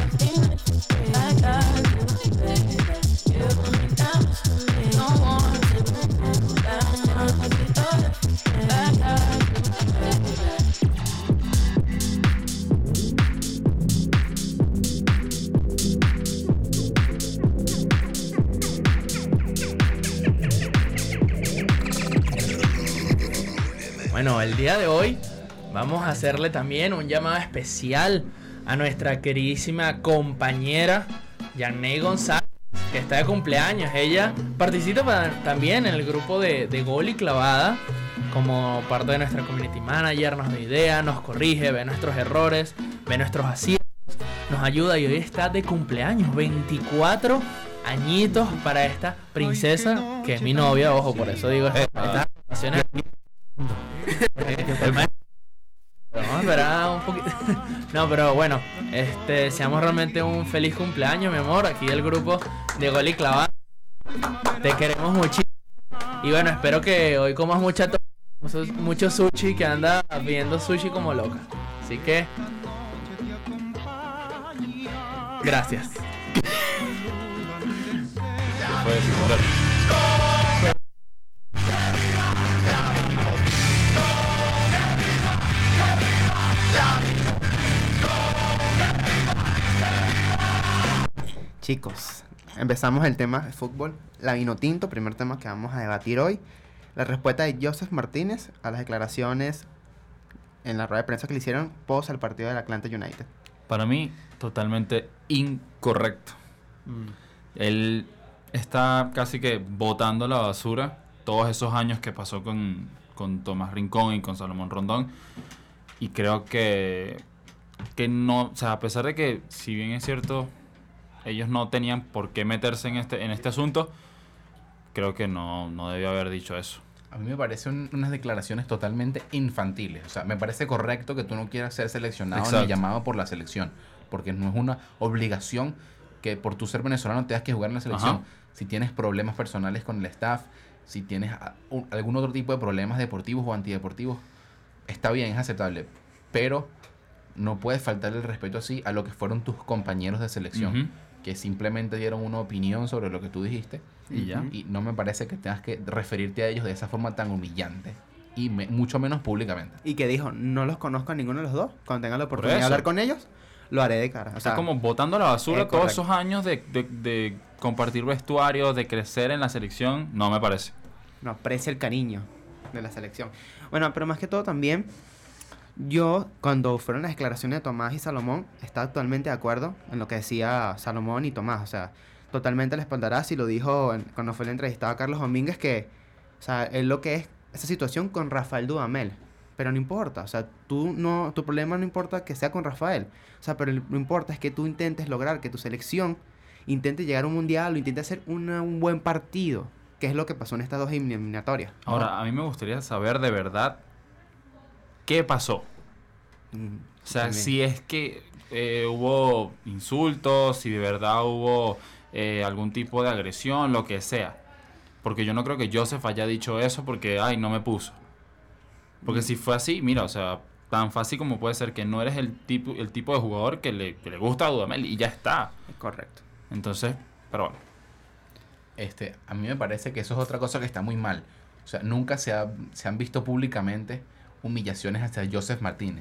Bueno, el día de hoy vamos a hacerle también un llamado especial a nuestra queridísima compañera Yaney González, que está de cumpleaños. Ella participa también en el grupo de Gol y Clavada como parte de nuestra community manager, nos da ideas, nos corrige, ve nuestros errores, ve nuestros aciertos, nos ayuda, y hoy está de cumpleaños, 24 añitos para esta princesa que es mi novia. Ojo, por eso digo estas relaciones. Vamos a esperar un poquito. No, pero bueno, seamos realmente un feliz cumpleaños, mi amor. Aquí el grupo de Gol y Clavada, te queremos muchísimo. Y bueno, espero que hoy comas mucho sushi, que anda pidiendo sushi como loca. Así que gracias. Chicos, empezamos el tema de fútbol. La Vinotinto, primer tema que vamos a debatir hoy. La respuesta de Joseph Martínez a las declaraciones en la rueda de prensa que le hicieron post al partido del Atlanta United. Para mí, totalmente incorrecto. Él está casi que botando a la basura todos esos años que pasó con Tomás Rincón y con Salomón Rondón. Y creo que no, o sea, a pesar de que, si bien es cierto, ellos no tenían por qué meterse en este asunto, creo que no debió haber dicho eso. A mí me parecen unas declaraciones totalmente infantiles. O sea, me parece correcto que tú no quieras ser seleccionado Exacto. ni llamado por la selección, porque no es una obligación que por tu ser venezolano tengas que jugar en la selección. Ajá. Si tienes problemas personales con el staff, si tienes algún otro tipo de problemas deportivos o antideportivos, está bien, es aceptable. Pero no puedes faltar el respeto así a lo que fueron tus compañeros de selección, Ujú. que simplemente dieron una opinión sobre lo que tú dijiste. Y ya. Y no me parece que tengas que referirte a ellos de esa forma tan humillante. Y mucho menos públicamente. Y que dijo, no los conozco a ninguno de los dos. Cuando tenga la Por oportunidad de eso. hablar con ellos, lo haré de cara. O sea, Está como botando a la basura todos correcto. esos años de compartir vestuarios, de crecer en la selección. No me parece. no aprecia el cariño de la selección. Bueno, pero más que todo también, yo cuando fueron las declaraciones de Tomás y Salomón, estaba totalmente de acuerdo en lo que decía Salomón y Tomás. O sea, totalmente le espaldarás, y lo dijo cuando fue la entrevistada a Carlos Domínguez, que, o sea, es lo que es esa situación con Rafael Dudamel. Pero no importa, o sea, tu problema no importa que sea con Rafael. O sea, pero lo importa es que tú intentes lograr que tu selección intente llegar a un mundial o intente hacer un buen partido, que es lo que pasó en estas dos eliminatorias. Ahora, a mí me gustaría saber de verdad qué pasó. O sea, También. si es que hubo insultos, si de verdad hubo algún tipo de agresión, lo que sea. Porque yo no creo que Joseph haya dicho eso porque, ay, no me puso. Porque si fue así, mira, o sea, tan fácil como puede ser que no eres el tipo de jugador que le gusta a Dudamel y ya está. Correcto. Entonces, pero bueno. A mí me parece que eso es otra cosa que está muy mal. O sea, nunca se han visto públicamente humillaciones hacia Joseph Martínez.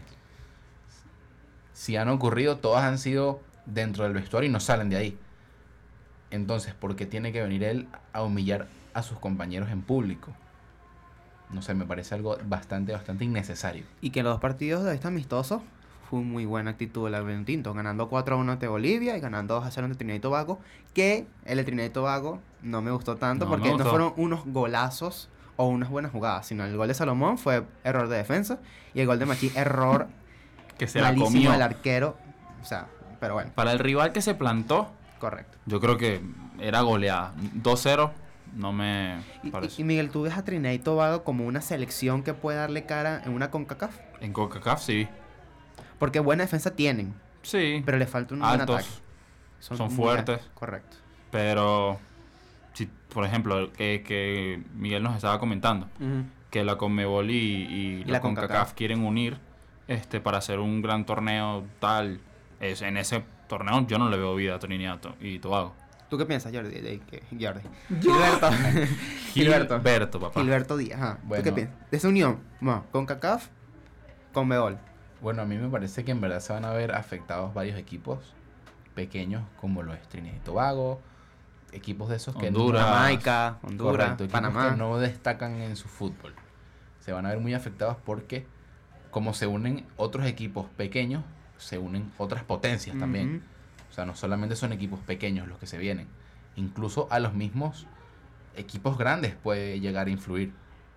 Si han ocurrido, todas han sido dentro del vestuario y no salen de ahí. Entonces, ¿por qué tiene que venir él a humillar a sus compañeros en público? No sé, me parece algo bastante innecesario. Y que en los dos partidos de este amistoso fue muy buena actitud de la Vinotinto, ganando 4-1 ante Bolivia y ganando 2-0 ante Trinidad y Tobago, que el de Trinidad y Tobago no me gustó tanto No, me porque no gustó. fueron unos golazos o unas buenas jugadas, sino el gol de Salomón fue error de defensa y el gol de Machi error Que se la malísimo comió. del arquero. O sea, pero bueno, Para el rival que se plantó, correcto. yo creo que era goleada. 2-0 no me parece. Y Miguel, ¿tú ves a Trinidad y Tobago como una selección que puede darle cara en una CONCACAF? En CONCACAF sí. Porque buena defensa tienen, Sí. pero le falta un buen ataque. Altos. Son muy fuertes. Correcto. Pero, si, por ejemplo, que Miguel nos estaba comentando, que la Conmebol y la la CONCACAF CONCACAF quieren unir para hacer un gran torneo tal. En ese torneo yo no le veo vida a Trinidad y Tobago. ¿Tú qué piensas, Jordi? Gilberto. Gilberto, papá. Gilberto Díaz. Ajá. Bueno. ¿Tú qué piensas? De esa unión, con CACAF, con Conmebol. Bueno, a mí me parece que en verdad se van a ver afectados varios equipos pequeños como lo es Trinidad y Tobago, equipos de esos que Honduras. Jamaica, Honduras, correcto, equipos Panamá. que no destacan en su fútbol. se van a ver muy afectados porque como se unen otros equipos pequeños, se unen otras potencias también. O sea, no solamente son equipos pequeños los que se vienen, incluso a los mismos equipos grandes puede llegar a influir.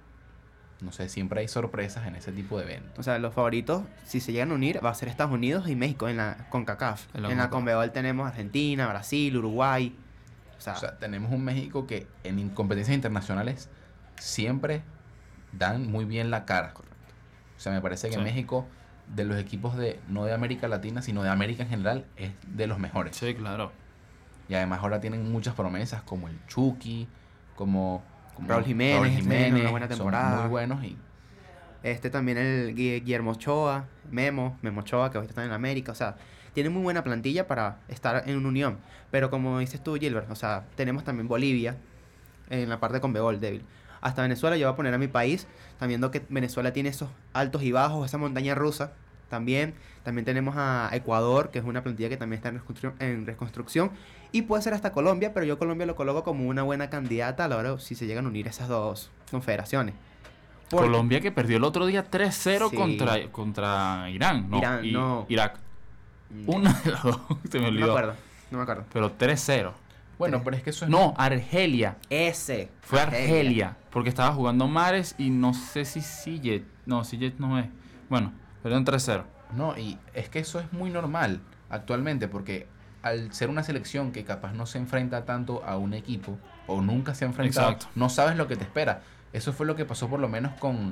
No sé, siempre hay sorpresas en ese tipo de eventos. O sea, los favoritos, si se llegan a unir, va a ser Estados Unidos y México en la CONCACAF. En la CONMEBOL tenemos Argentina, Brasil, Uruguay. O sea, tenemos un México que en competencias internacionales siempre dan muy bien la cara. Correcto. O sea, me parece que Sí. México, de los equipos no de América Latina, sino de América en general, es de los mejores. Sí, claro. Y además ahora tienen muchas promesas como el Chucky, como Raúl Jiménez, una buena temporada. Son muy buenos y también el Guillermo Ochoa, Memo Ochoa, que ahorita está en América. O sea, tiene muy buena plantilla para estar en una unión. Pero como dices tú, Gilbert, o sea, tenemos también Bolivia en la parte de CONMEBOL débil. Hasta Venezuela, yo voy a poner a mi país, también viendo que Venezuela tiene esos altos y bajos, esa montaña rusa. También tenemos a Ecuador, que es una plantilla que también está en reconstrucción. Y puede ser hasta Colombia, pero yo Colombia lo coloco como una buena candidata a la hora si se llegan a unir esas dos confederaciones. Porque- Colombia que perdió el otro día 3-0 Sí. contra Irán. No, Irán, no. Irak. Una de las dos, se me No olvidó. me acuerdo. Pero 3-0. bueno, pero es que eso es No, Argelia. Ese. Fue Argelia. Porque estaba jugando Mares y no sé si Sillet. No, Sillet no es. Bueno, perdieron 3-0. No, y es que eso es muy normal actualmente, porque al ser una selección que capaz no se enfrenta tanto a un equipo, o nunca se ha enfrentado, Exacto. no sabes lo que te espera. Eso fue lo que pasó por lo menos con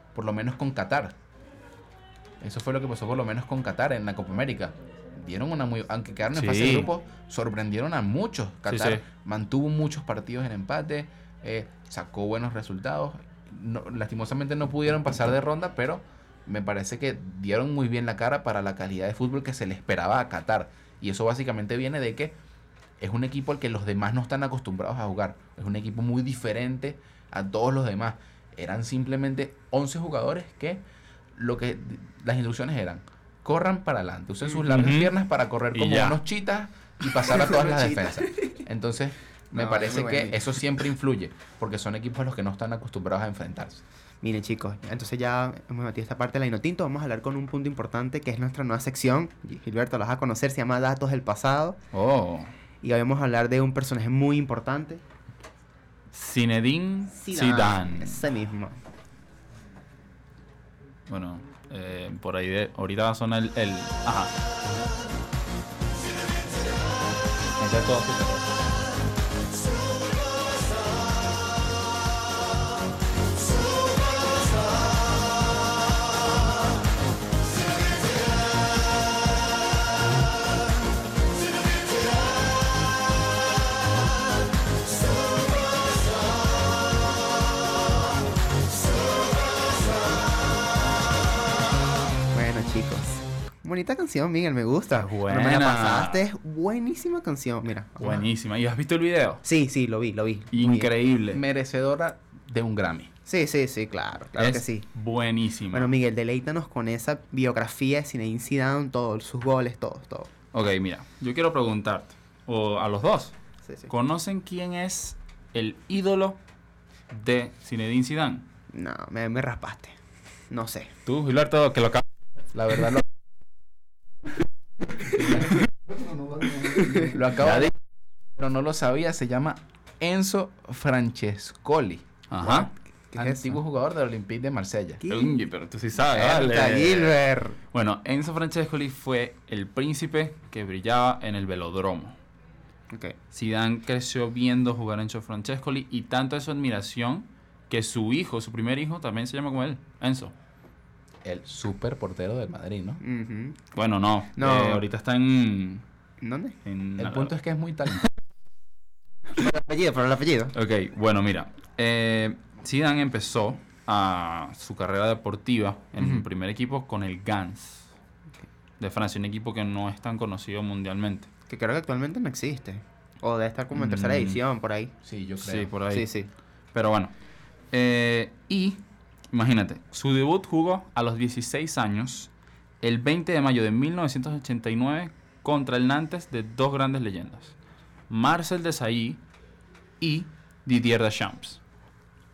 Qatar. Eso fue lo que pasó por lo menos con Qatar en la Copa América. Dieron aunque quedaron en Sí. fase de grupo, sorprendieron a muchos. Qatar sí. mantuvo muchos partidos en empate, sacó buenos resultados. Lastimosamente no pudieron pasar de ronda, pero me parece que dieron muy bien la cara para la calidad de fútbol que se le esperaba a Qatar. Y eso básicamente viene de que es un equipo al que los demás no están acostumbrados a jugar. Es un equipo muy diferente a todos los demás. Eran simplemente 11 jugadores que las instrucciones eran: corran para adelante, usen sus largas Ujú. piernas para correr Y como ya. unos chitas y pasar a todas las Unos chitas. defensas. Entonces, me No, parece es muy que bueno. eso siempre influye, porque son equipos a los que no están acostumbrados a enfrentarse. Miren, chicos, entonces ya hemos metido esta parte de la Inotinto. Vamos a hablar con un punto importante que es nuestra nueva sección. Gilberto la vas a conocer, se llama Datos del Pasado. Oh. Y hoy vamos a hablar de un personaje muy importante. Zinedine Zidane. Ese mismo. Bueno, por ahí ahorita va a sonar el... Ajá. Ese es todo su terror. Bueno, chicos. Bonita canción, Miguel, me gusta. Buena. No me la pasaste, es buenísima canción, mira. Buenísima. ¿Y has visto el video? Sí, lo vi. Muy bien. Increíble. Merecedora de un Grammy. Sí, claro Es que sí. buenísima. Bueno, Miguel, deleítanos con esa biografía de Zinedine Zidane, todos sus goles, todo. Ok, mira, yo quiero preguntarte, o a los dos, Sí. ¿conocen quién es el ídolo de Zinedine Zidane? No, me raspaste. No sé. Tú, Gilberto, que lo acabas. La verdad lo acabo de... pero no lo sabía. Se llama Enzo Francescoli. Ajá. ¿Qué es Antiguo jugador del Olympique de Marsella. ¿Qué? Uy, pero tú sí sabes, Erta, vale. Gilbert. Bueno, Enzo Francescoli fue el príncipe que brillaba en el velódromo. Ok. Zidane creció viendo jugar a Enzo Francescoli y tanto es su admiración que su hijo, su primer hijo, también se llama como él, Enzo. El super portero del Madrid, ¿no? Ujú. Bueno, no. No. Ahorita está en... ¿Dónde? El punto es que es muy talentoso. Por el apellido. Ok, bueno, mira. Zidane empezó su carrera deportiva en Ujú. el primer equipo con el Gans de Francia, un equipo que no es tan conocido mundialmente. Que creo que actualmente no existe. O debe estar como en tercera Mm. edición, por ahí. Sí, yo creo. Sí, por ahí. Sí. Pero bueno. Y imagínate, su debut jugó a los 16 años, el 20 de mayo de 1989, contra el Nantes de dos grandes leyendas, Marcel Desailly y Didier Deschamps.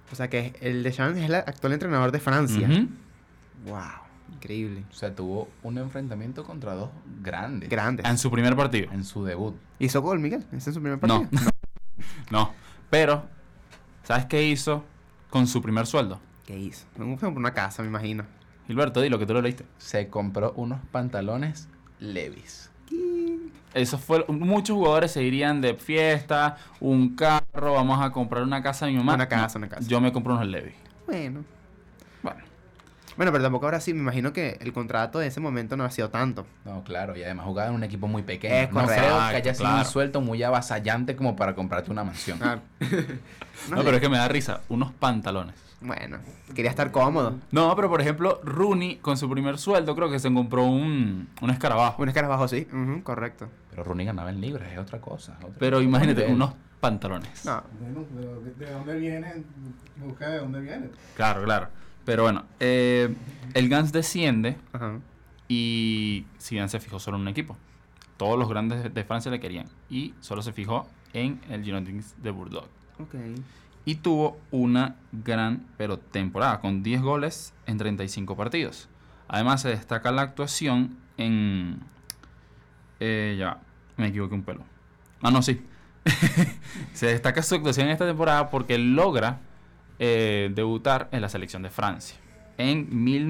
O sea que el Deschamps es el actual entrenador de Francia. Ujú. Wow, increíble. O sea, tuvo un enfrentamiento contra dos grandes. Grandes. En su primer partido. En su debut. ¿Hizo gol, Miguel? ¿Ese es su primer partido? No. No. Pero, ¿sabes qué hizo con su primer sueldo? ¿Qué hizo? Fue por una casa, me imagino. Gilberto, di lo que tú lo leíste. Se compró unos pantalones Levi's. Eso fue. Muchos jugadores se irían de fiesta, un carro, vamos a comprar una casa de mi mamá. Una casa, No, una casa. Yo me compro unos Levi. Bueno. Bueno. Bueno, pero tampoco ahora sí, me imagino que el contrato de ese momento no ha sido tanto. No, claro, y además jugaba en un equipo muy pequeño. Es No correcto, creo que haya sido un claro. sueldo muy avasallante como para comprarte una mansión. Ah. No, pero es que me da risa. Unos pantalones. Bueno, quería estar cómodo. No, pero por ejemplo, Rooney con su primer sueldo creo que se compró un escarabajo. Un escarabajo, sí. Ujú, correcto. Pero Rooney ganaba en libras, es otra cosa. Pero imagínate, nivel. unos pantalones. No. Bueno, pero ¿de dónde viene? Busca de dónde viene. Claro, claro. Pero bueno, el Gans desciende Ajá. y Zidane se fijó solo en un equipo. Todos los grandes de Francia le querían. Y solo se fijó en el Girondins de Bordeaux. Ok. Y tuvo una gran temporada, con 10 goles en 35 partidos. Además se destaca la actuación en... ya, me equivoqué un pelo. Ah, no, sí. Se destaca su actuación en esta temporada porque logra debutar en la selección de Francia en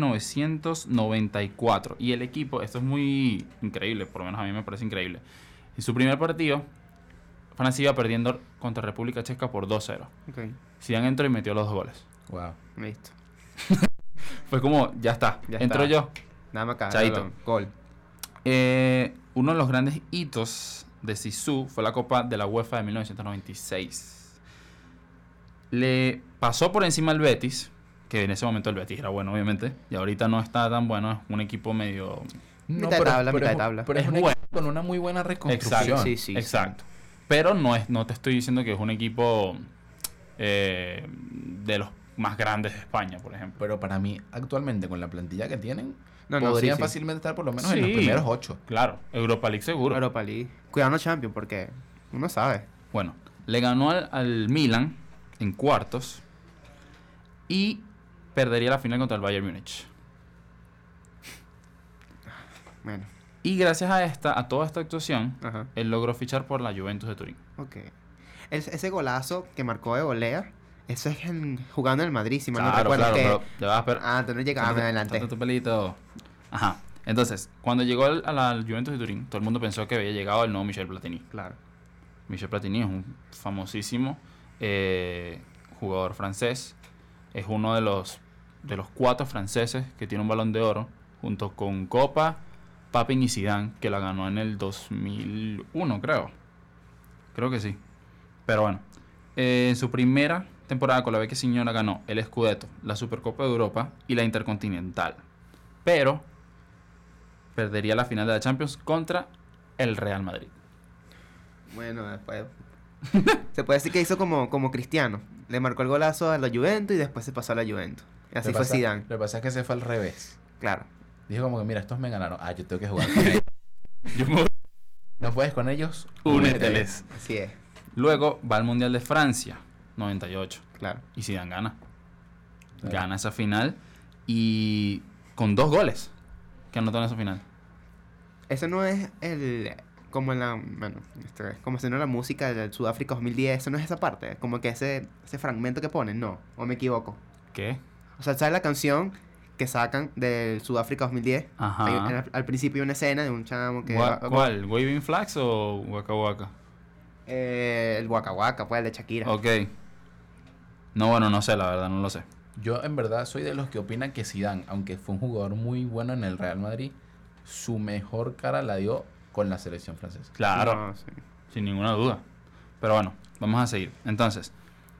1994. Y el equipo, esto es muy increíble, por lo menos a mí me parece increíble. En su primer partido, Francia iba perdiendo contra República Checa por 2-0. Ok. Zidane entró y metió los 2 goles. Wow. Listo. Fue como, ya está, Ya entro está. yo. Nada más acá. Chaito. Gol. Uno de los grandes hitos de Zizou fue la Copa de la UEFA de 1996. Le pasó por encima al Betis, que en ese momento el Betis era bueno, obviamente, y ahorita no está tan bueno, es un equipo medio... Mitad de tabla, mitad de es- tabla. Pero es Es un bueno. equipo con una muy buena reconstrucción. Exacto, Sí, sí, exacto. Pero no te estoy diciendo que es un equipo de los más grandes de España, por ejemplo. Pero para mí, actualmente, con la plantilla que tienen, No, no, podrían sí, sí. fácilmente estar por lo menos en los Sí. primeros 8. Claro, Europa League seguro. Europa League. Cuidado, no Champions, porque uno sabe. Bueno, le ganó al Milan en cuartos y perdería la final contra el Bayern Múnich. Bueno, Y gracias a toda esta actuación, ajá. él logró fichar por la Juventus de Turín. Ok. Ese golazo que marcó de volea, eso es jugando en el Madrid, si mal no recuerdo. que... pero ya vas a esperar. Ah, tú no llegabas, me adelanté. Tu pelito. Ajá. Entonces, cuando llegó a la Juventus de Turín, todo el mundo pensó que había llegado el nuevo Michel Platini. Claro. Michel Platini es un famosísimo jugador francés. Es uno de los 4 franceses que tiene un Balón de Oro, junto con Copa, Papin y Zidane, que la ganó en el 2001, creo. Creo que sí. Pero bueno, en su primera temporada con la Vecchia Signora ganó el Scudetto, la Supercopa de Europa y la Intercontinental. Pero perdería la final de la Champions contra el Real Madrid. Bueno, después... se puede decir que hizo como Cristiano. Le marcó el golazo a la Juventus y después se pasó a la Juventus. Y así fue Zidane. Lo que pasa es que se fue al revés. Claro. Dijo como que, mira, estos me ganaron. Ah, yo tengo que jugar con ellos. Yo me voy. ¿No puedes con ellos? Úneteles. Así es. Luego va al Mundial de Francia, 98. Claro. Y Zidane gana. Claro. Gana esa final y con 2 goles que anotó en esa final. Eso no es como en la... Bueno, es como si no la música del Sudáfrica 2010. Eso no es esa parte. Como que ese fragmento que ponen. No. ¿O me equivoco? ¿Qué? O sea, ¿sabes la canción que sacan del Sudáfrica 2010? Ajá. Al principio hay una escena de un chamo que... ¿Cuál? ¿Waving Flags o Waka Waka? El Waka Waka, pues, el de Shakira. Ok. No, bueno, no sé, la verdad, no lo sé. Yo, en verdad, soy de los que opinan que Zidane, aunque fue un jugador muy bueno en el Real Madrid, su mejor cara la dio con la selección francesa. Claro, No, sí. sin ninguna duda. Pero bueno, vamos a seguir. Entonces,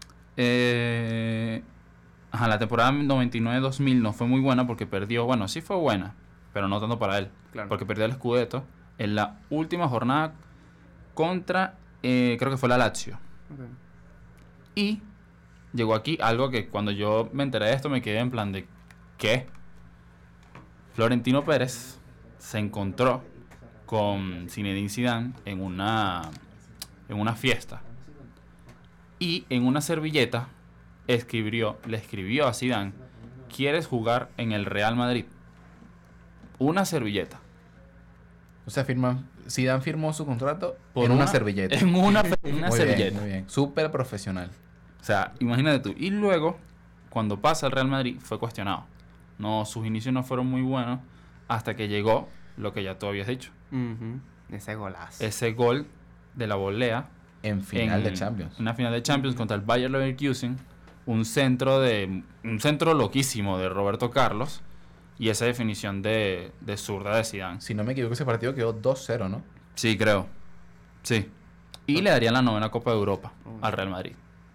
la temporada 99-2000 no fue muy buena porque perdió, bueno, sí fue buena, pero no tanto para él. Claro. Porque perdió el Scudetto en la última jornada contra, creo que fue la Lazio. Ok. Y llegó aquí algo que cuando yo me enteré de esto me quedé en plan de ¿qué? Florentino Pérez se encontró con Zinedine Zidane en una fiesta y en una servilleta le escribió a Zidane: ¿quieres jugar en el Real Madrid? Una servilleta. O sea, Zidane firmó su contrato en una servilleta. En una Muy servilleta. bien, muy bien. Súper profesional. O sea, imagínate tú. Y luego, cuando pasa al Real Madrid, fue cuestionado. No, sus inicios no fueron muy buenos hasta que llegó lo que ya tú habías dicho. Ujú. Ese golazo. Ese gol de la volea En final de en Champions. una final de Champions contra el Bayer Leverkusen, un centro loquísimo de Roberto Carlos y esa definición de zurda de Zidane. Si no me equivoco, ese partido quedó 2-0, ¿no? Sí, creo. Sí. Y le darían la 9ª Copa de Europa al Real Madrid.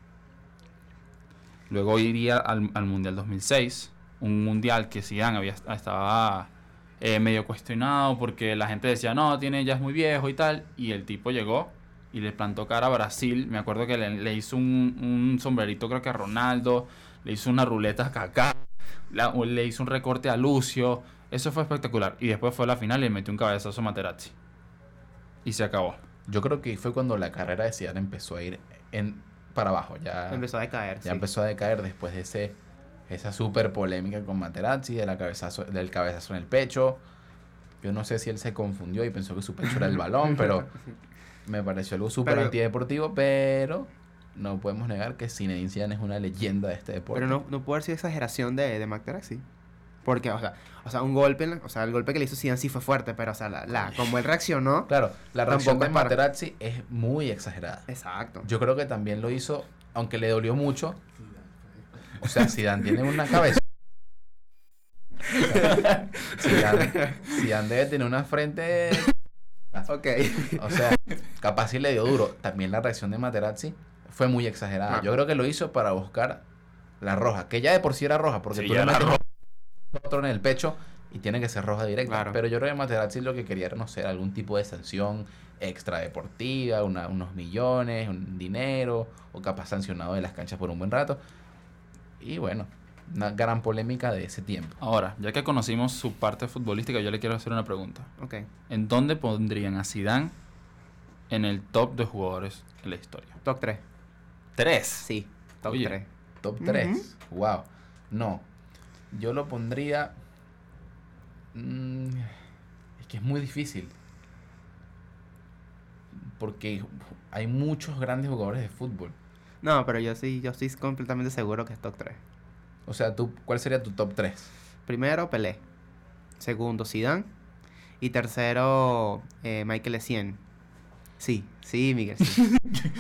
Luego iría al Mundial 2006, un mundial que Zidane estaba medio cuestionado porque la gente decía, no, ya es muy viejo y tal, y el tipo llegó y le plantó cara a Brasil. Me acuerdo que le hizo un sombrerito, creo que a Ronaldo, le hizo una ruleta a Kaká, le hizo un recorte a Lucio. Eso fue espectacular. Y después fue a la final y le metió un cabezazo a Materazzi. Y se acabó. Yo creo que fue cuando la carrera de Zidane empezó a ir para abajo. Empezó a decaer. Ya empezó a decaer después de esa súper polémica con Materazzi, del cabezazo en el pecho. Yo no sé si él se confundió y pensó que su pecho era el balón, pero me pareció algo súper antideportivo, pero no podemos negar que Zinedine Zidane es una leyenda de este deporte. Pero no puede haber sido exageración de Materazzi. Porque, o sea, un golpe, el golpe que le hizo Zidane sí fue fuerte, pero, o sea, como él reaccionó. Claro, la reacción tampoco de es para- Materazzi es muy exagerada. Exacto. Yo creo que también lo hizo, aunque le dolió mucho. O sea, Zidane tiene una cabeza. Zidane debe tener una frente. Ok. O sea, capaz sí le dio duro. También la reacción de Materazzi fue muy exagerada. Yo creo que lo hizo para buscar la roja, que ya de por sí era roja, porque Sí, tú ya le era metes roja. otro en el pecho y tiene que ser roja directa. Claro. Pero yo creo que Materazzi lo que quería era, no sé, algún tipo de sanción extra deportiva, unos millones, un dinero, o capaz sancionado de las canchas por un buen rato. Y bueno, una gran polémica de ese tiempo. Ahora, ya que conocimos su parte futbolística, yo le quiero hacer una pregunta. Ok. ¿En dónde pondrían a Zidane en el top de jugadores en la historia? Top 3. 3. Sí, top Oye. 3. Top 3. Wow. No. Yo lo pondría. Es que es muy difícil. Porque hay muchos grandes jugadores de fútbol. No, pero yo estoy completamente seguro que es top 3. O sea, ¿cuál sería tu top 3? Primero, Pelé. Segundo, Zidane. Y tercero, Michael Essien. Sí, Miguel. Sí.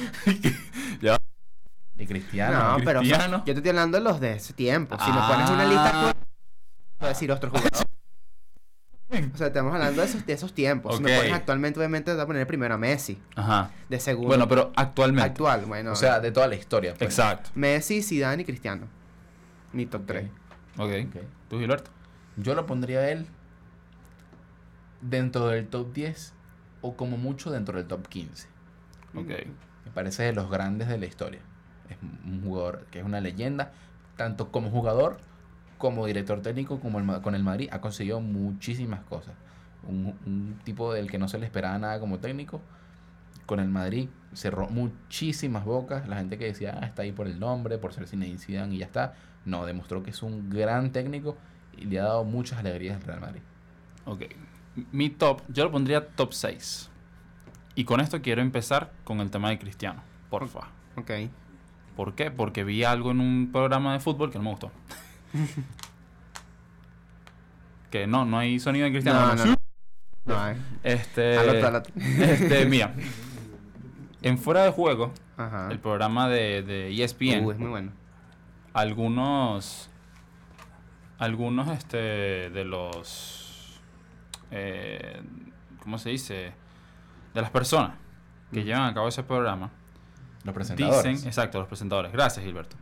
Y Cristiano. No, pero o sea, Cristiano. yo te estoy hablando de los de ese tiempo. Si me pones una lista, puedo decir otros jugadores. O sea, estamos hablando de esos tiempos. Si me Ok. pones actualmente, obviamente, te voy a poner primero a Messi. Ajá. De segundo. Bueno, pero actualmente. Actual, bueno. O sea, de toda la historia. pues. Exacto. Messi, Zidane y Cristiano. Mi top 3. Ok. Ok. ¿Tú, Gilberto? Yo lo pondría a él dentro del top 10 o como mucho dentro del top 15. Ok. Me parece de los grandes de la historia. Es un jugador que es una leyenda, tanto como jugador como director técnico con el Madrid. Ha conseguido muchísimas cosas. Un tipo del que no se le esperaba nada como técnico. Con el Madrid cerró muchísimas bocas. La gente que decía, está ahí por el nombre, por ser Zinedine Zidane y ya está. No, demostró que es un gran técnico y le ha dado muchas alegrías al Real Madrid. Ok. Mi top, yo lo pondría top 6. Y con esto quiero empezar con el tema de Cristiano. Porfa. Ok. ¿Por qué? Porque vi algo en un programa de fútbol que no me gustó. Que no hay sonido de Cristiano. No. No, Mira. En Fuera de Juego, Ajá. el programa de ESPN, Es muy bueno. algunos de los ¿cómo se dice? De las personas que llevan a cabo ese programa Los presentadores. dicen, exacto, los presentadores, gracias Gilberto,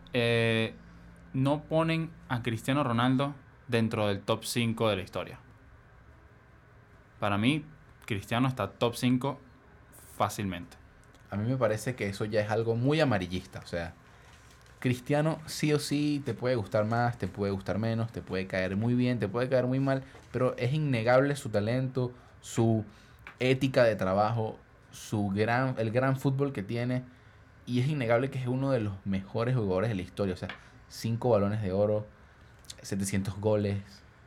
no ponen a Cristiano Ronaldo dentro del top 5 de la historia. Para mí Cristiano está top 5 fácilmente. A mí me parece que eso ya es algo muy amarillista. O sea, Cristiano sí o sí te puede gustar más, te puede gustar menos, te puede caer muy bien, te puede caer muy mal, pero es innegable su talento, su ética de trabajo, el gran fútbol que tiene. Y es innegable que es uno de los mejores jugadores de la historia. O sea, 5 balones de oro, 700 goles,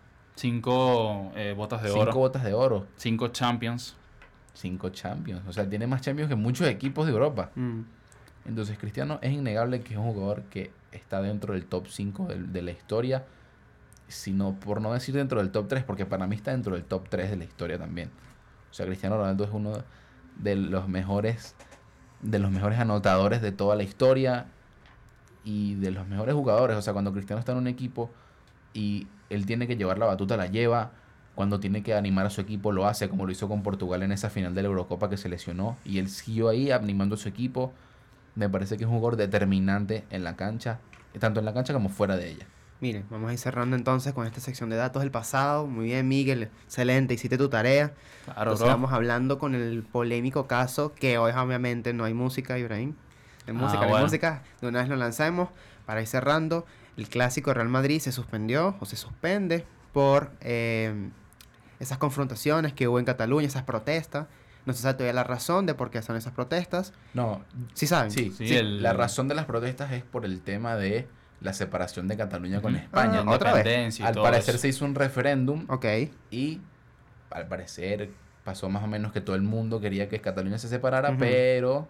5 botas de 5 oro, botas de oro, 5 Champions. 5 Champions. O sea, tiene más Champions que muchos equipos de Europa. Mm. Entonces, Cristiano es innegable que es un jugador que está dentro del top 5 de la historia. Sino, por no decir dentro del top 3, porque para mí está dentro del top 3 de la historia también. O sea, Cristiano Ronaldo es uno de los mejores anotadores de toda la historia y de los mejores jugadores. O sea, cuando Cristiano está en un equipo y él tiene que llevar la batuta, la lleva. Cuando tiene que animar a su equipo, lo hace, como lo hizo con Portugal en esa final de la Eurocopa que se lesionó. Y él siguió ahí animando a su equipo. Me parece que es un jugador determinante en la cancha, tanto en la cancha como fuera de ella. Miren, vamos a ir cerrando entonces con esta sección de datos del pasado. Muy bien, Miguel, excelente, hiciste tu tarea. Claro, Entonces bro. vamos hablando con el polémico caso, que hoy obviamente no hay música, Ibrahim. No hay música, no hay bueno. música. De una vez lo lanzamos para ir cerrando. El clásico Real Madrid se suspendió o se suspende por esas confrontaciones que hubo en Cataluña, esas protestas. No se sabe todavía la razón de por qué son esas protestas. No, ¿Sí saben? sí, Sí, sí, el- la razón de las protestas es por el tema de la separación de Cataluña con Ujú. España. Ah, otra vez. Independencia y Al todo parecer eso. se hizo un referéndum Ok. y al parecer pasó más o menos que todo el mundo quería que Cataluña se separara, Ujú. pero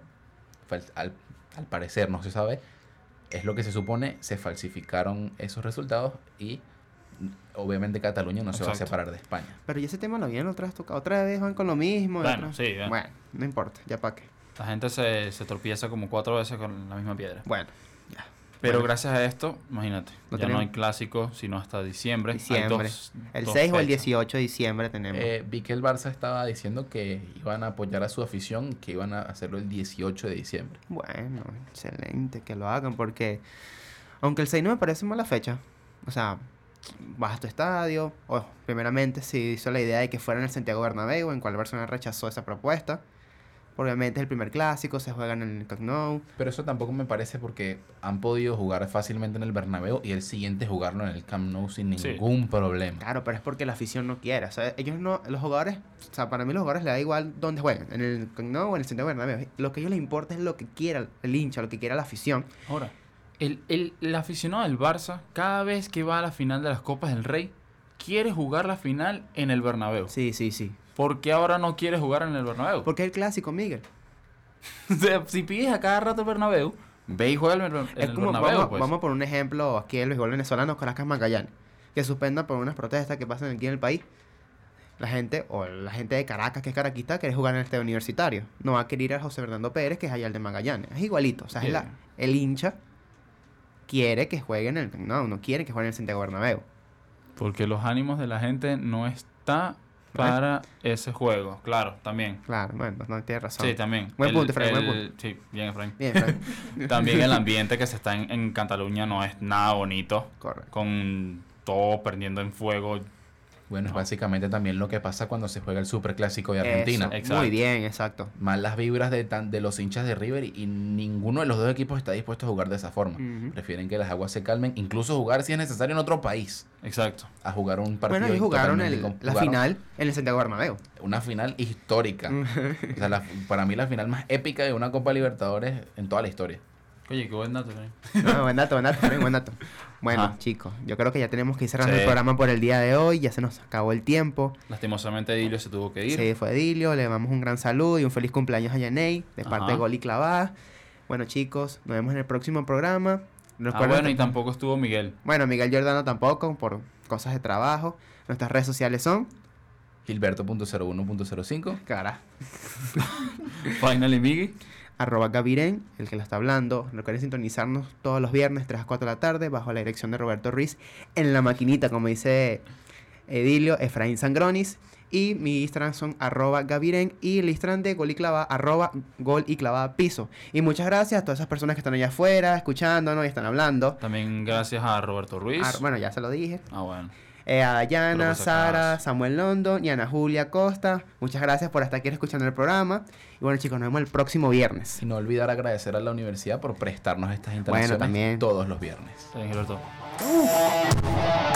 al parecer, no se sabe, es lo que se supone, se falsificaron esos resultados y obviamente Cataluña no se va a Exacto. separar de España. Pero ya ese tema lo habían otra vez tocado. Otra vez van con lo mismo. y Bueno, otra- sí, bien. Bueno, no importa, ya para qué. La gente se tropieza como 4 veces con la misma piedra. Bueno, ya. Pero Bueno, gracias a esto, imagínate, No ya no tenemos- hay clásico, sino hasta diciembre. Hay Diciembre. El dos 6 o el fechas. 18 de diciembre tenemos. Vi que el Barça estaba diciendo que iban a apoyar a su afición, que iban a hacerlo el 18 de diciembre. Bueno, excelente que lo hagan porque aunque el 6 no me parece mala fecha, o sea, vas a tu estadio, o primeramente se hizo la idea de que fuera en el Santiago Bernabéu, en cual Barcelona rechazó esa propuesta. Obviamente es el primer clásico, se juega en el Camp Nou. Pero eso tampoco me parece porque han podido jugar fácilmente en el Bernabéu y el siguiente jugarlo en el Camp Nou sin Sí. ningún problema. Claro, pero es porque la afición no quiere, o sea, ellos no, los jugadores, o sea, para mí los jugadores les da igual dónde jueguen, en el Camp Nou o en el Santiago Bernabéu. Lo que a ellos les importa es lo que quiera el hincha, lo que quiera la afición. Ahora, el aficionado del Barça, cada vez que va a la final de las Copas del Rey, quiere jugar la final en el Bernabéu. Sí, sí, sí. ¿Por qué ahora no quiere jugar en el Bernabéu? Porque es el clásico, Miguel. O sea, si pides a cada rato el Bernabéu, ve y juega en el Es como, Bernabéu, vamos, pues. vamos por un ejemplo aquí el béisbol venezolano, Caracas Magallanes, que suspendan por unas protestas que pasan aquí en el país. La gente, o la gente de Caracas, que es caraquista, quiere jugar en el estadio universitario. No va a querer ir a José Fernando Pérez, que es allá el de Magallanes. Es igualito. O sea, Bien. el hincha quiere que juegue en el... No quiere que juegue en el Santiago Bernabéu. Porque los ánimos de la gente no está para ese juego. Claro, también. Claro, bueno, no tiene razón. Sí, también. Buen punto, Efraín, buen punto. Sí, bien, Efraín. Bien, Frank. También el ambiente que se está en Cataluña no es nada bonito. Correcto. Con todo prendiendo en fuego. Bueno, es No. básicamente también lo que pasa cuando se juega el Superclásico de Argentina. Eso, Exacto. muy bien, exacto. Más las vibras de los hinchas de River y ninguno de los dos equipos está dispuesto a jugar de esa forma. Ujú. Prefieren que las aguas se calmen, incluso jugar si es necesario en otro país, Exacto. a jugar un partido. Bueno, y jugaron totalmente la jugaron final en el Santiago Bernabéu. Una final histórica. O sea, para mí la final más épica de una Copa Libertadores en toda la historia. Oye, qué buen dato, Efraín. Buen dato, Efraín, buen dato. Bueno, Ajá. chicos, yo creo que ya tenemos que ir cerrando Sí. el programa por el día de hoy. Ya se nos acabó el tiempo. Lastimosamente Dilio se tuvo que ir. Sí, fue Dilio. Le damos un gran saludo y un feliz cumpleaños a Yaney de parte Ajá. de Gol y Clavada. Bueno, chicos, nos vemos en el próximo programa. Bueno, y tampoco estuvo Miguel. Bueno, Miguel Giordano tampoco, por cosas de trabajo. Nuestras redes sociales son... Gilberto.01.05. Cara. Final y Miggy. @Gaviren, el que lo está hablando. Recuerden sintonizarnos todos los viernes 3 a 4 de la tarde bajo la dirección de Roberto Ruiz en la maquinita, como dice Edilio, Efraín Sangronis. Y mi Instagram son @Gaviren y el Instagram de Gol y Clavada, @Gol y Clavada Piso. Y muchas gracias a todas esas personas que están allá afuera escuchándonos y están hablando. También gracias a Roberto Ruiz. Bueno, ya se lo dije. Bueno. A Dayana, Pero por si Sara, acaso. Samuel London y Ana Julia Costa. Muchas gracias por estar aquí escuchando el programa. Y bueno, chicos, nos vemos el próximo viernes. Y no olvidar agradecer a la universidad por prestarnos estas instalaciones también. todos los viernes. Está bien, Gilberto.